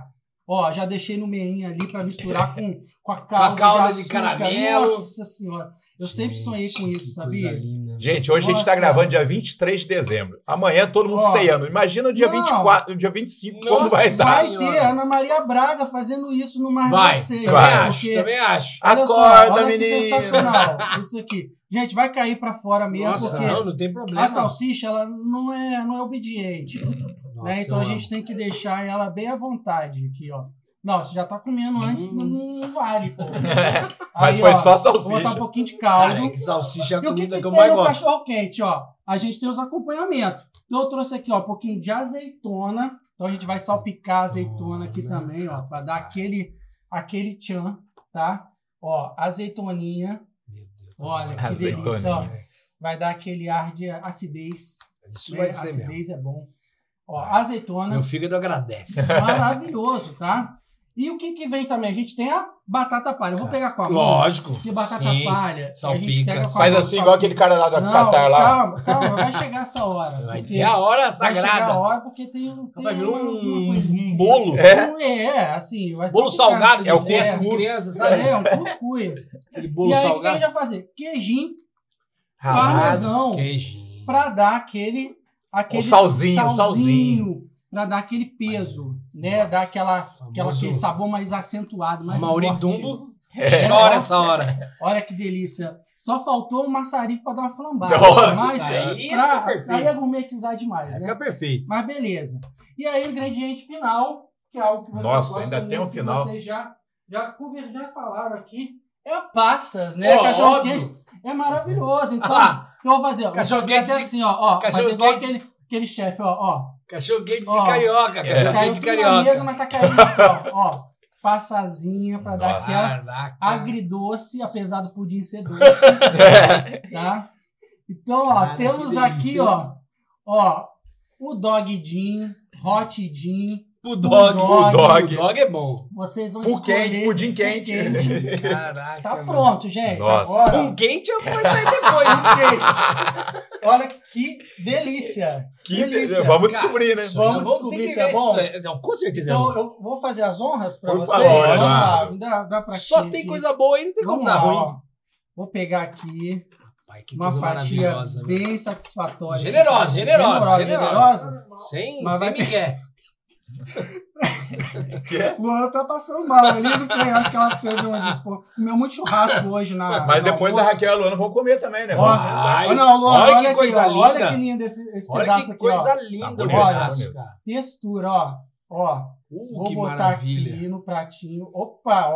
Ó, já deixei no meinho ali pra misturar com a calda, calda de de açúcar. caramelo. Nossa senhora. Eu sempre sonhei com isso, sabia? Gente, hoje a gente tá Nossa. gravando dia 23 de dezembro. Amanhã todo mundo Ó. ceiando. Imagina o dia Não. 24, o dia 25, como Nossa. vai estar. Vai Senhora. ter Ana Maria Braga fazendo isso no Mar Vai, da Ceia. vai. Também acho. Olha só, Acorda, olha que menino. sensacional isso aqui. Gente, vai cair pra fora mesmo, Nossa, porque não tem problema. a salsicha ela não é obediente. Nossa, Né? Então a eu gente tem que deixar ela bem à vontade aqui, ó. Não, você já tá comendo antes, não vale, pô. Mas Aí, foi ó, só vou botar um salsicha. pouquinho de amo. caldo. Cara, é que salsicha é a E o que, comida que que eu tem mais no gosto. cachorro quente, ó? A gente tem os acompanhamentos. Então eu trouxe aqui, ó, um pouquinho de azeitona. Então a gente vai salpicar a azeitona aqui também, ó, para dar aquele tchan, tá? Ó, azeitoninha. Meu Deus. Olha, que Azeitoninha. delícia, ó. Vai dar aquele ar de acidez. Isso Né? vai ser mesmo. Acidez é bom. Ó, azeitona. Meu fígado agradece. Maravilhoso, tá? E o que vem também? A gente tem a batata palha. Eu vou pegar com a mão. Lógico. Porque batata Sim. palha. salpica. a gente pega com a Faz mão, assim, igual aquele cara lá da Não, Catar lá. Calma, vai chegar essa hora. Vai porque ter a hora vai chegar a sagrada. hora porque tem Vai vir uma coisinha. um bolo. Assim, vai Bolo salpicar. salgado de É o festa de cuscuz. criança, sabe? É, um cuscuz. Aquele bolo E aí, o que a salgado. gente vai fazer? Queijinho, Ralado. parmesão, Queijinho. pra dar aquele O salzinho. pra dar aquele peso, né? Dar aquele Famoso. sabor mais acentuado, mais Mauri forte. Dumbo chora essa hora. Olha que delícia. Só faltou um maçarico pra dar uma flambada. Nossa, mas isso aí pra, fica perfeito. aí é gourmetizar demais, né? Fica perfeito. Mas beleza. E aí o ingrediente final, que é algo que vocês Nossa, gostam ainda tem um muito, que final. Vocês já falaram aqui. É passas, né? Ó, Cachorro óbvio. quente é maravilhoso. Então, Ah, eu vou fazer, ó. Cachorro Vou fazer quente até de- assim, ó. cachorro Fazer igual quente. aquele chefe, ó. cachorro quente de Ó, carioca. Cachorro Caiu quente de tudo na mesa, carioca. mas tá caindo aqui, ó. Passazinha pra dar Nossa. aquela Caraca. agridoce, apesar do pudim ser doce, É. tá? Então, ó, Cara, temos que aqui, delícia. ó, o Dog Din, Hot Din. O dog. O dog. O dog é bom. Vocês vão Pum quente, escolher pudim pum quente. Caraca. Tá mano. pronto, gente. Nossa. Agora, Pum quente eu vou sair depois. olha que delícia. Delícia. Vamos descobrir, né? Vamos Nós descobrir ter que se é ver bom. Não, com certeza é Então, bom. eu vou fazer as honras pra Por vocês. favor, Vamos lá, Eduardo. me dá pra Só aqui, tem aqui. coisa boa aí, não tem como Vamos dar lá, ruim. ó. Vou pegar aqui Pai, que uma coisa luana maravilhosa. velho. bem satisfatória. Generosa, generosa. Generosa? Sem Mas vai- Miguel. Luana tá passando mal ali, não sei, acho que ela teve uma dispo. Comeu muito churrasco hoje Mas no depois a almoço. Raquel e a Luana vão comer também, né? Ó, Vamos Vai. Olha, não, Luana, Olha que olha aqui, coisa ó, linda. olha que lindo esse Olha pedaço que aqui, coisa ó. linda. bonito, o olha. pedaço, cara. Textura, ó. Vou Que botar maravilha. aqui no pratinho. Opa,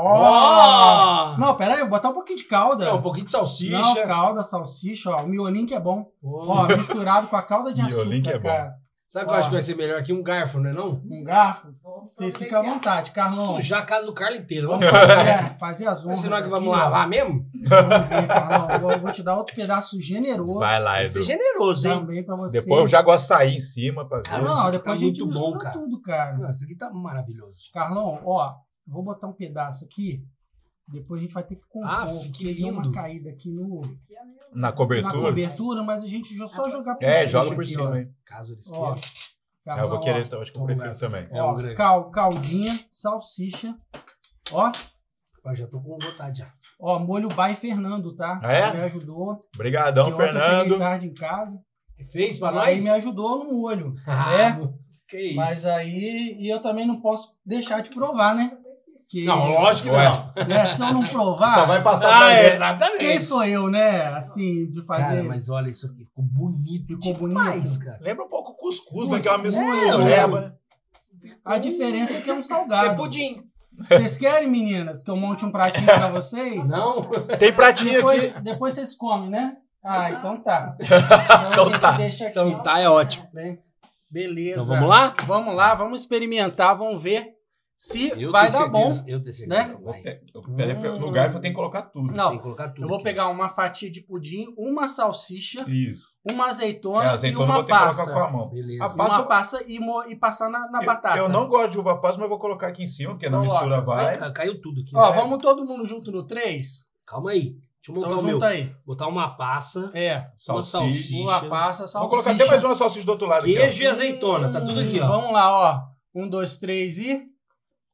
ó. Ó! Não, pera aí, vou botar um pouquinho de calda. Não, um pouquinho de Não, salsicha. calda, salsicha, ó. O miolinho que é bom. Ó. Ó, misturado com a calda de Miolinho que açúcar, é bom. cara. Sabe o que eu acho que vai ser melhor aqui? Um garfo, não é não? Um garfo. Vocês ficam à vontade, Carlão. Sujar a casa do Carlos inteiro. Vamos Vamos fazer as honras. Mas senão é que aqui, vamos ó. lavar mesmo? Vamos ver, Carlão. Eu vou te dar outro pedaço generoso Vai lá, Tem que Edu. ser generoso, hein? também pra você. Depois eu já gosto de sair em cima pra ver. Cara, Não, isso aqui depois tá a gente muito bom, mistura cara. tudo, cara. Não, isso aqui tá maravilhoso. Carlão, ó, vou botar um pedaço aqui. Depois a gente vai ter que compor. Ah, porque que deu uma lindo. caída aqui Na na cobertura. cobertura, mas a gente só jogar por É, cima joga por aqui, cima ó. aí. Caso eles Ó, queiram. Carlão, Eu vou querer, ó, acho que eu prefiro também. É ó, um grande. caldinha, salsicha. Ó, Eu já tô com vontade já. ó, molho Bai Fernando, tá? Ah, é? Me ajudou. Obrigadão, Que ontem eu cheguei Fernando. tarde em casa. Fez pra Aí nós? me ajudou no molho. Ah, que isso. Mas aí, e eu também não posso deixar de provar, né? Que, Não, lógico que Ué. não. né, se eu não provar, Só vai passar pra gente. quem exatamente. sou eu, né? Assim, de fazer. Cara, mas olha isso aqui. Ficou bonito Ficou demais, bonito. cara. Lembra um pouco cuscuz, Cuscuz, né? Que é uma mistura é, de leva, né? A diferença é que é um É salgado. pudim. Vocês querem, meninas, que eu monte um pratinho pra vocês? Não? Tem pratinho aqui. Depois vocês comem, né? Ah, então tá. Então, Então a gente tá. deixa aqui. Então tá, é ótimo. Né? Beleza. Então vamos lá? Vamos lá, vamos experimentar, vamos ver se Eu vai tenho dar bom. certeza, eu tenho certeza. né? Vai. No garfo tem que colocar tudo. Não, Tem que colocar tudo. eu vou aqui. pegar uma fatia de pudim, uma salsicha, Isso. uma azeitona, Azeitona e eu uma vou ter que colocar passa. com a mão. Beleza. A Uma passa- passa e passar na batata. Eu não gosto de uva passa, mas vou colocar aqui em cima, porque na Coloca. mistura vai. Ai, caiu tudo aqui. Ó, né? vamos todo mundo junto no 3? Calma aí. Deixa eu montar Então o meu. junta aí. Botar uma passa, É, uma salsicha, uma passa, salsicha. Vou colocar até mais uma salsicha do outro lado aqui. queijo e azeitona. Tá tudo aqui, ó. Vamos lá, ó. 1, 2, 3 e...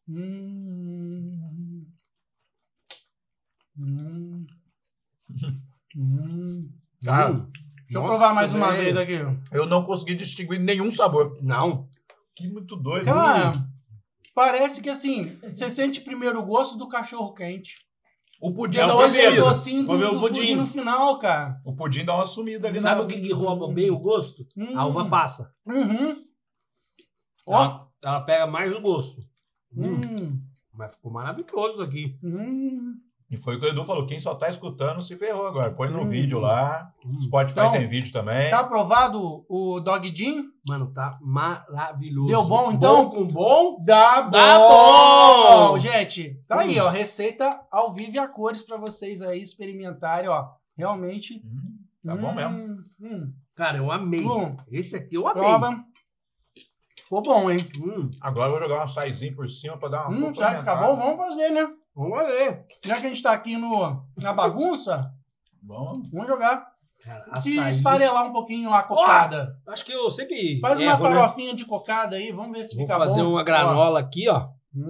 Cara, Deixa eu Nossa, provar mais uma velho. vez aqui. eu não consegui distinguir nenhum sabor. Não. Que muito doido. Cara, parece que assim, você sente primeiro o gosto do cachorro quente. O pudim é uma Depois o sumida. docinho Vamos ver do o pudim. pudim no final, cara. O pudim dá uma sumida ali. Sabe na- o que rouba bem o gosto? A uva passa. Uhum. Ó. Ela pega mais o gosto. Hum. Mas ficou maravilhoso isso aqui. E foi o que o Edu falou. Quem só tá escutando se ferrou agora. Põe no vídeo lá. Spotify Então, tem vídeo também. Tá aprovado o Dog Gin? Mano, tá maravilhoso. Deu bom, então? Bom com bom? Dá bom! Dá bom! Gente, tá aí, ó. Receita ao vivo e a cores pra vocês aí experimentarem, ó. Realmente. Tá bom mesmo. Cara, eu amei. Hum. Esse aqui eu amei. Prova. Ficou bom, hein? Agora eu vou jogar um açaizinho por cima pra dar uma Já que acabou, vamos fazer, né? Vamos ver. Já que a gente tá aqui na bagunça, Vamos. vamos jogar. Cara, Se açaí. esfarelar um pouquinho a cocada. Acho que eu sempre Faz uma erro, né? farofinha de cocada aí, vamos ver se Vou fica fazer bom. uma granola aqui, ó. Ó.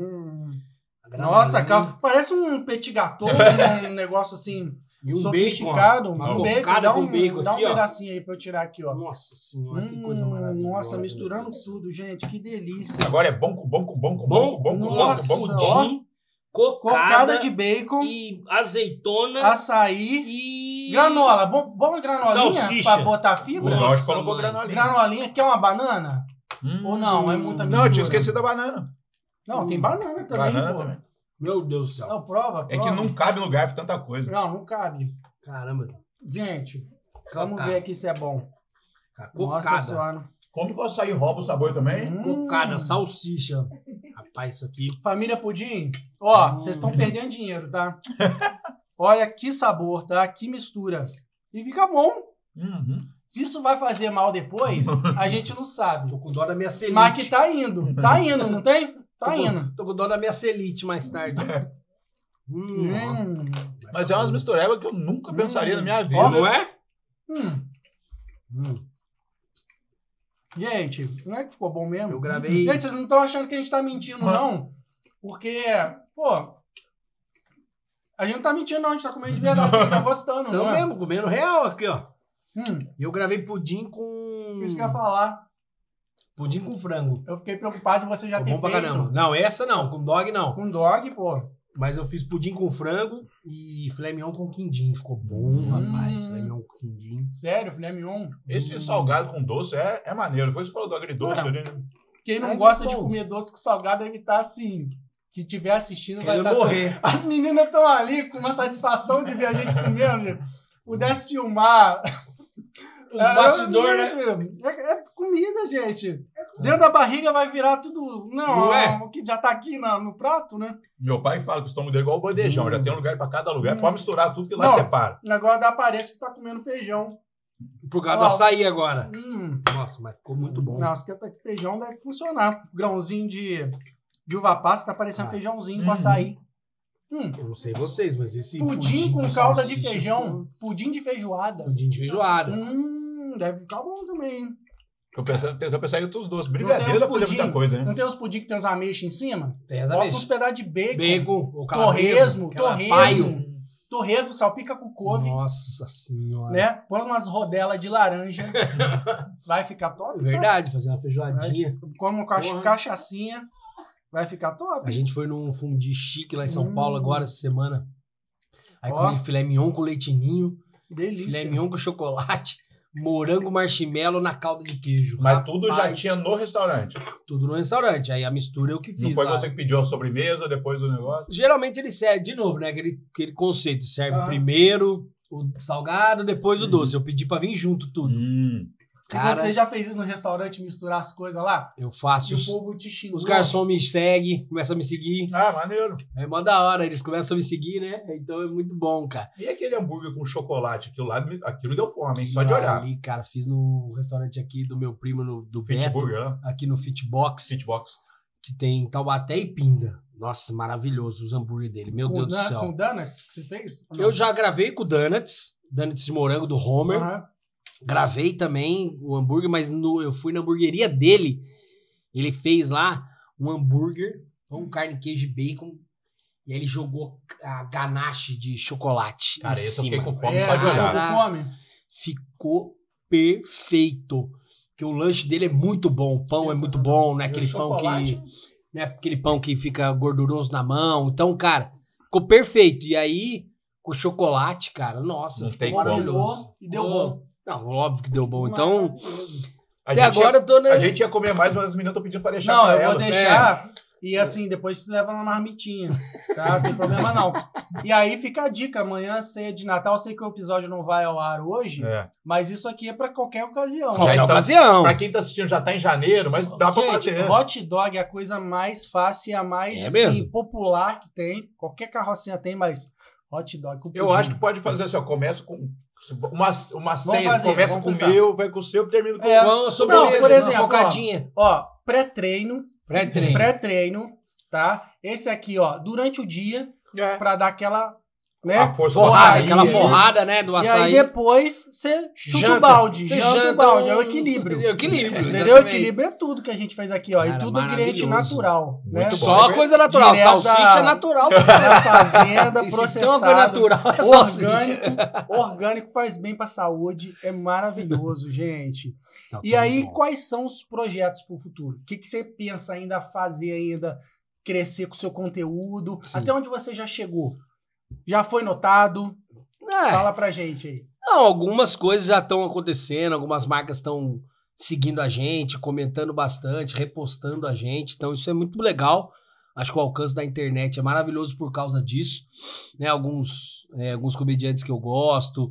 A granola Nossa, ali. cara, parece um petit gâteau, um negócio assim, E um sofisticado. bacon, ó. Um Uma bacon, cocada dá com um, bacon dá um aqui, ó. pedacinho aí pra eu tirar aqui, ó. Nossa senhora, que coisa maravilhosa. Nossa, meu misturando Deus. tudo, gente, que delícia. Agora é bom com bom com bom com bom com bom com bom Nossa, com bom com ó. bom. Cocada Cocada de bacon, e azeitona açaí, e... granola. Bom granolinha Salsicha. pra botar O fibra? Jorge Nossa, colocou mãe. granolinha. Granolinha, que é uma banana? Ou não? É muita mistura. Não, eu tinha esquecido da banana. Não, tem banana também, Banana pô. também. Meu Deus do céu. Não, prova. É que não cabe no garfo tanta coisa. Não cabe. Caramba. Gente, vamos Cocada. ver aqui se é bom. Cara, Nossa Cocada. senhora. Como que o açaí rouba o sabor também? Cocada, salsicha. Rapaz, isso aqui... Família Pudim, ó, vocês estão perdendo dinheiro, tá? Olha que sabor, tá? Que mistura. E fica bom. Uhum. Se isso vai fazer mal depois, a gente não sabe. Tô com dó da minha celite. Mas que tá indo. Tá indo, não tem? Tá indo. Tô com dó da minha celite mais tarde. Mas é umas misturebas que eu nunca pensaria na minha vida. Ó, Não é? Gente, não é que ficou bom mesmo? Eu gravei... Gente, vocês não estão achando que a gente tá mentindo, não. Porque, pô, a gente não tá mentindo, não. A gente tá comendo de verdade. A gente tá gostando, Então não é? mesmo, comendo real aqui, ó. Hum, E eu gravei pudim com... isso que eu ia falar. Pudim com frango. Eu fiquei preocupado de você já Ficou ter bom pra feito. caramba. Não, essa não. Com dog, não. Com dog, pô. Mas eu fiz pudim com frango e filé mignon com quindim. Ficou bom, rapaz. Filé mignon com quindim. Sério, filé mignon. Esse salgado com doce é maneiro. Foi isso que falou do agridoce ali, né? Quem não Ai, gosta que de bom. comer doce com salgado deve estar assim. Que estiver assistindo vai Querendo estar. morrer. As meninas estão ali com uma satisfação de ver a gente comendo. Gente. Pudesse filmar. Os bastidores, né? gente, é comida, gente. Dentro da barriga vai virar tudo. Não, Não é? o que já tá aqui no prato, né? Meu pai fala que o estômago dele é igual o bandejão. Já tem um lugar pra cada lugar. Pode misturar tudo que lá Não. separa. Agora dá parece que tá comendo feijão. Por causa do açaí agora. Hum. Nossa, mas ficou muito bom. Nossa, que feijão deve funcionar. Grãozinho de uva passa, tá parecendo Ah. feijãozinho com açaí. Eu não sei vocês, mas esse Pudim com calda de salsicha feijão. Pudim de feijoada. ficou- Pudim de feijoada. Deve ficar bom também, hein? Eu pensei em outros doces. Não tem Brigadeiro os dá pra fazer pudim. muita coisa, né? Não tem os pudim que tem os ameixos em cima? Tem as Bota ameixas. uns pedaços de bacon. Bacon, o Torresmo, calabresa, torresmo. Torresmo, salpica com couve. Nossa senhora. Né? Põe umas rodelas de laranja. Vai ficar top. É verdade, fazer uma feijoadinha. Come uma Porra. cachaçinha. Vai ficar top. A gente foi num fundi chique lá em São Paulo agora, essa semana. Aí Ó. comi filé mignon com leitinho, Delícia. filé mignon com chocolate, morango marshmallow na calda de queijo. Mas tudo já Rapaz, tinha no restaurante. Tudo no restaurante. Aí a mistura eu que fiz Não foi lá. você que pediu a sobremesa, depois o negócio. Geralmente ele serve, de novo, né? Aquele conceito. Serve Ah. primeiro o salgado, depois o doce. Eu pedi pra vir junto tudo. E Cara, você já fez isso no restaurante, misturar as coisas lá? eu faço. E o povo te xingou. Os garçons me seguem, começam a me seguir. Ah, maneiro. É mó da hora, eles começam a me seguir, né? Então é muito bom, cara. E aquele hambúrguer com chocolate? Aquilo me deu fome, hein? Só de olhar. Ali, cara, fiz no restaurante aqui do meu primo, do Fit Beto, Burger, né? aqui no Fitbox, Fitbox. que tem em Taubaté e Pinda. Nossa, maravilhoso os hambúrguer dele, meu Deus do céu. Com donuts que você fez? Eu já gravei com o Donuts de morango do Homer. Aham. Gravei também o hambúrguer, mas eu fui na hamburgueria dele. Ele fez lá um hambúrguer Pão, carne, queijo e bacon. E aí ele jogou a ganache de chocolate Cara, em esse eu cima. fiquei com fome só de olhar. com fome. Ficou perfeito. Porque o lanche dele é muito bom. O pão é muito bom, não é aquele pão que... Não é aquele pão que fica gorduroso na mão. Então, cara, ficou perfeito. E aí, com chocolate, cara, nossa, Não ficou tem como. maravilhoso. E deu bom. Não, óbvio que deu bom. Então, até gente agora eu tô... A gente ia comer mais, mas as meninas estão pedindo pra deixar Não, pra eu vou elas. deixar. E assim, depois você leva uma marmitinha, tá? Não tem problema não. E aí fica a dica, amanhã ceia de Natal, eu sei que o episódio não vai ao ar hoje, mas isso aqui é pra qualquer ocasião. Qualquer está- ocasião. Pra quem tá assistindo já tá em janeiro, mas dá pra Gente, fazer. hot dog é a coisa mais fácil e a mais É assim, mesmo? popular que tem. Qualquer carrocinha tem, mas hot dog com Eu pudim. acho que pode fazer assim, ó, começa com uma ceia, fazer, começa vamos com o pensar. meu, vai com o seu, termina com É. Vamos sobremesa, Não, por exemplo, uma cocadinha. Ó, pré-treino, Pré-treino. tá? Esse aqui, ó, durante o dia, É. pra dar aquela, né? A força Forrada, do aquela açaí. forrada, né, do E aí açaí. depois você chuta Janta. o balde. Você Janta o janta balde. É o equilíbrio. É o equilíbrio, Entendeu? O exatamente. equilíbrio é tudo que a gente fez aqui, ó. Cara, e tudo ingrediente maravilhoso. natural. Né? Muito bom. Só coisa natural. Direto Salsicha da- é natural. Da fazenda, E se tem uma coisa processado, natural, é salsicha. orgânico faz bem pra saúde. É maravilhoso, gente. Não, E tudo aí, bom. quais são os projetos pro futuro? O que você pensa ainda fazer ainda? Crescer com o seu conteúdo? Sim. Até onde você já chegou? Já foi notado? É. Fala pra gente aí. Não, algumas coisas já estão acontecendo, algumas marcas estão seguindo a gente, comentando bastante, repostando a gente, então isso é muito legal. Acho que o alcance da internet é maravilhoso por causa disso, né? Alguns comediantes que eu gosto,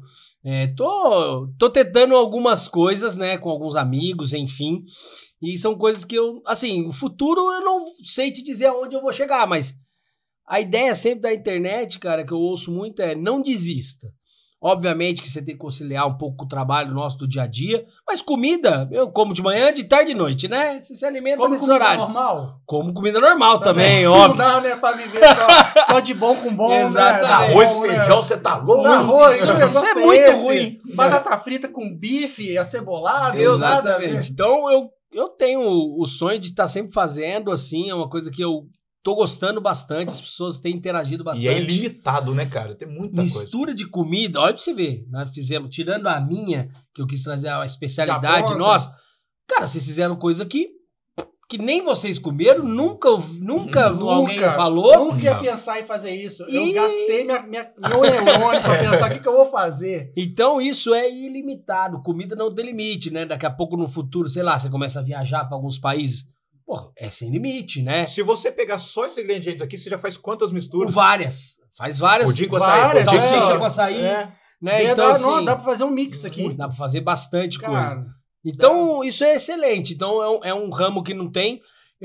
tô tentando algumas coisas, né, com alguns amigos, enfim, e são coisas que eu, assim, o futuro eu não sei te dizer aonde eu vou chegar, mas a ideia sempre da internet, cara, que eu ouço muito é não desista. Obviamente que você tem que conciliar um pouco com o trabalho nosso do dia a dia, mas comida, eu como de manhã, de tarde e de noite, né? Você se alimenta Como nesse comida horário. normal? Como comida normal também, Não óbvio. dá, né, pra viver só de bom com bom, Exatamente. né? Arroz, Bom, né? feijão, você tá louco? Não, arroz, Isso que negócio é muito esse? ruim. Batata frita com bife, acebolado, nada a ver. Exatamente. Então eu tenho o sonho de estar sempre fazendo, assim, é uma coisa que eu tô gostando bastante, as pessoas têm interagido bastante. E é ilimitado, né, cara? Tem muita coisa. Mistura de comida, olha pra você ver. Nós fizemos, tirando a minha, que eu quis trazer a especialidade Já pronta. nossa. Cara, vocês fizeram coisa que nem vocês comeram, nunca alguém falou. Nunca ia pensar em fazer isso. Eu gastei meu neurônio pra pensar o que eu vou fazer. Então isso é ilimitado. Comida não tem limite, né? Daqui a pouco no futuro, sei lá, você começa a viajar pra alguns países. Pô, é sem limite, né? Se você pegar só esses ingredientes aqui, você já faz quantas misturas? Várias. Faz várias. Pudim com açaí, Várias, pudim Salsicha com com açaí, É. né? Dá, Então, assim, dá pra fazer um mix aqui. dá pra fazer bastante coisa. Cara, Então, isso é excelente. Então, é um ramo que não tem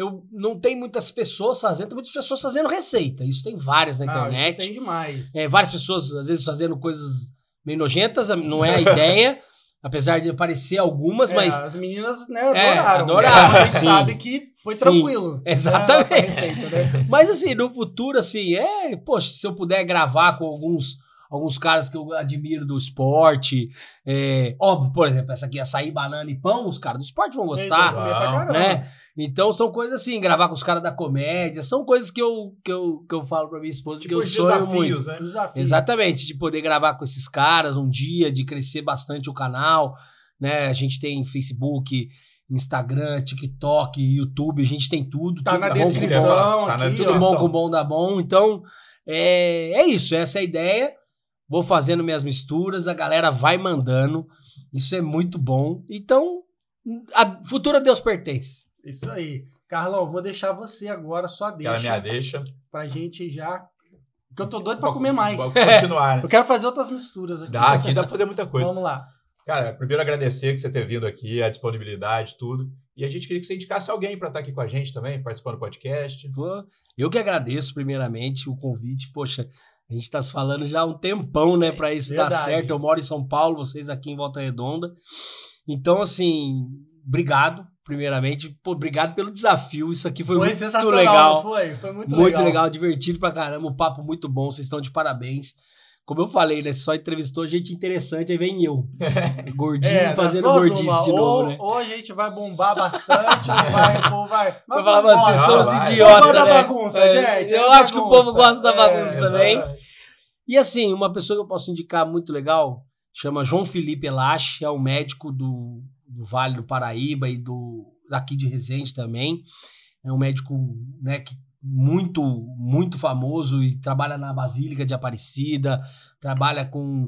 muitas pessoas fazendo, tem muitas pessoas fazendo receita. Isso tem várias na isso internet. tem demais. Várias pessoas, às vezes, fazendo coisas meio nojentas, não é a ideia, apesar de aparecer algumas, mas... As meninas, né, adoraram. adoraram, A gente sim. sabe que foi Sim, tranquilo. exatamente. Né, essa receita, né? Mas, assim, no futuro, assim, poxa, se eu puder gravar com alguns caras que eu admiro do esporte, óbvio, por exemplo, essa aqui, açaí, banana e pão, os caras do esporte vão Eles gostar, vão comer pra caramba. né? Então são coisas assim, gravar com os caras da comédia, são coisas que eu falo pra minha esposa Tipo que eu os sonho muito. desafios, né? Desafio. Exatamente, de poder gravar com esses caras um dia, de crescer bastante o canal, né? A gente tem Facebook, Instagram, TikTok, YouTube, a gente tem tudo. Tá tudo na bom com bom. descrição Tá na aqui, descrição. Tudo ó. bom com bom dá bom. Então, é isso, essa é a ideia. Vou fazendo minhas misturas, a galera vai mandando. Isso é muito bom. Então, a futura Deus pertence. Isso aí. Carlão, vou deixar você agora, só Aquela minha deixa deixa. pra gente já... Porque eu tô doido pra comer mais. Vamos continuar, né? Eu quero fazer outras misturas aqui. Aqui dá pra fazer muita coisa. Vamos lá. Cara, primeiro agradecer que você ter vindo aqui, a disponibilidade, tudo. E a gente queria que você indicasse alguém pra estar aqui com a gente também, participando do podcast. Pô, eu que agradeço, primeiramente, o convite. Poxa, a gente tá se falando já há um tempão, né, pra isso dar Verdade. certo. Eu moro em São Paulo, vocês aqui em Volta Redonda. Então, assim, obrigado, primeiramente. Pô, obrigado pelo desafio. Isso aqui foi muito sensacional, legal. não foi? Foi muito Muito legal, divertido pra caramba. Um papo muito bom, vocês estão de parabéns. como eu falei, né? Só entrevistou gente interessante, aí vem eu. Gordinho, das fazendo duas gordice uma. de novo, né? Ou a gente vai bombar bastante, ou vai. Eu falava, vocês são os vai. idiotas, Gosta da né? bagunça, gente. Eu acho que o povo gosta da bagunça exato. também. E assim, uma pessoa que eu posso indicar muito legal, chama João Felipe Elache, é um médico do Vale do Paraíba e daqui de Resende também. É um médico, né, que muito, muito famoso e trabalha na Basílica de Aparecida, trabalha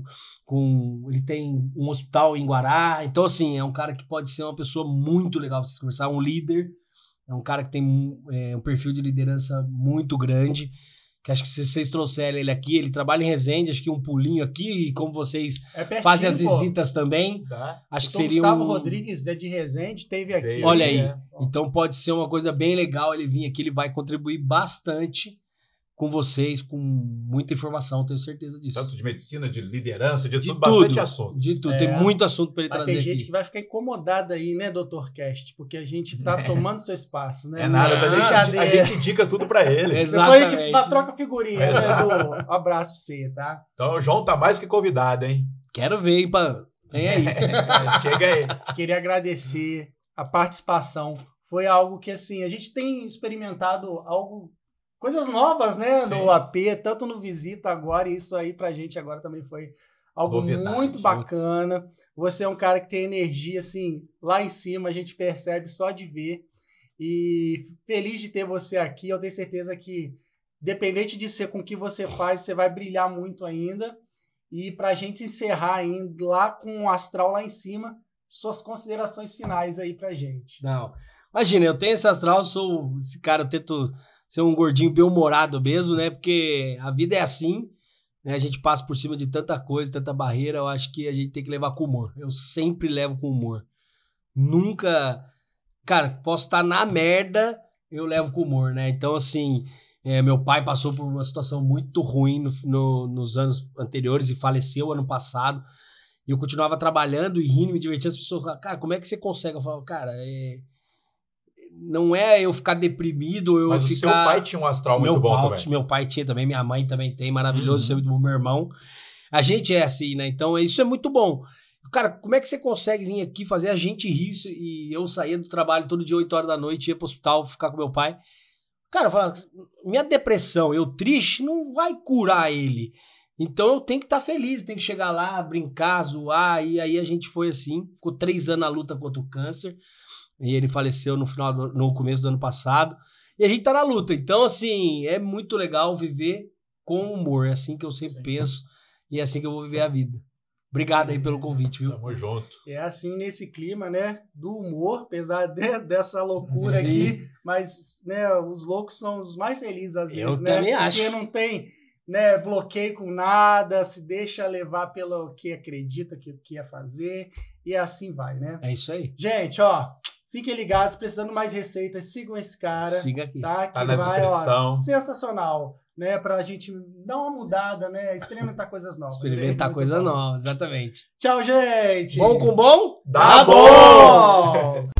ele tem um hospital em Guará. Então, assim, é um cara que pode ser uma pessoa muito legal para vocês conversar, um líder, é um cara que tem um perfil de liderança muito grande, que acho que se vocês trouxerem ele aqui, ele trabalha em Resende, acho que um pulinho aqui, e como vocês pertinho, fazem as visitas também, Tá. acho que Então, seria Gustavo Rodrigues é de Resende, teve aqui. Veio. Olha aí, É. então pode ser uma coisa bem legal ele vir aqui, ele vai contribuir bastante com vocês, com muita informação, tenho certeza disso. Tanto de medicina, de liderança, de tudo, tudo, bastante assunto. de tudo, É. tem muito assunto para ele Mas trazer tem gente aqui. que vai ficar incomodada aí, né, Dr. Cast? Porque a gente tá tomando seu espaço, né? É nada, Não, a gente indica tudo pra ele. Depois a gente Exatamente. troca figurinha, né, Du? Um abraço pra você, tá? Então o João tá mais que convidado, hein? Quero ver, hein, vem aí. Chega aí. Queria agradecer a participação. Foi algo que, assim, a gente tem experimentado coisas novas, né, Sim. no AP, tanto no Visita agora, e isso aí pra gente agora também foi algo Novidade. muito bacana. Você é um cara que tem energia, assim, lá em cima, a gente percebe só de ver. E feliz de ter você aqui, eu tenho certeza que, dependente de ser com o que você faz, você vai brilhar muito ainda. E pra gente encerrar ainda lá com o astral lá em cima, suas considerações finais aí pra gente. Não, imagina, eu tenho esse astral, eu sou esse cara, eu tento ser um gordinho bem-humorado mesmo, né, porque a vida é assim, né, a gente passa por cima de tanta coisa, tanta barreira, eu acho que a gente tem que levar com humor, eu sempre levo com humor, nunca, cara, posso estar na merda, eu levo com humor, né, então assim, meu pai passou por uma situação muito ruim nos anos anteriores e faleceu ano passado, e eu continuava trabalhando e rindo, me divertindo, as pessoas falavam, cara, como é que você consegue? Eu falava, cara, não é eu ficar deprimido, eu Mas ficar... o seu pai tinha um astral muito bom também. Meu pai tinha também, minha mãe também tem, maravilhoso, isso é muito bom, meu irmão. A gente é assim, né? Então isso é muito bom. Cara, como é que você consegue vir aqui fazer a gente rir? E eu saía do trabalho todo dia 8 horas da noite, ia pro hospital ficar com meu pai. Cara, eu falava, minha depressão, eu triste, não vai curar ele. Então eu tenho que estar feliz, tenho que chegar lá, brincar, zoar. E aí a gente foi assim, ficou 3 anos na luta contra o câncer. E ele faleceu no começo do ano passado. E a gente tá na luta. Então, assim, é muito legal viver com humor. É assim que eu sempre penso. E é assim que eu vou viver a vida. Obrigado aí pelo convite, viu? Tamo junto. É assim nesse clima, né, do humor, apesar dessa loucura Sim. aqui, mas, né, os loucos são os mais felizes às Eu vezes, né? também acho. Porque não tem, né, bloqueio com nada, se deixa levar pelo que acredita que ia fazer, e assim vai, né? É isso aí. Gente, ó, fiquem ligados, precisando mais receitas, sigam esse cara, Siga aqui. tá? Que Tá na vai, descrição. ó, sensacional, né, pra gente dar uma mudada, né, experimentar coisas novas. Experimentar Sempre coisa muito bom. nova, exatamente. Tchau, gente! Bom com bom? Dá bom!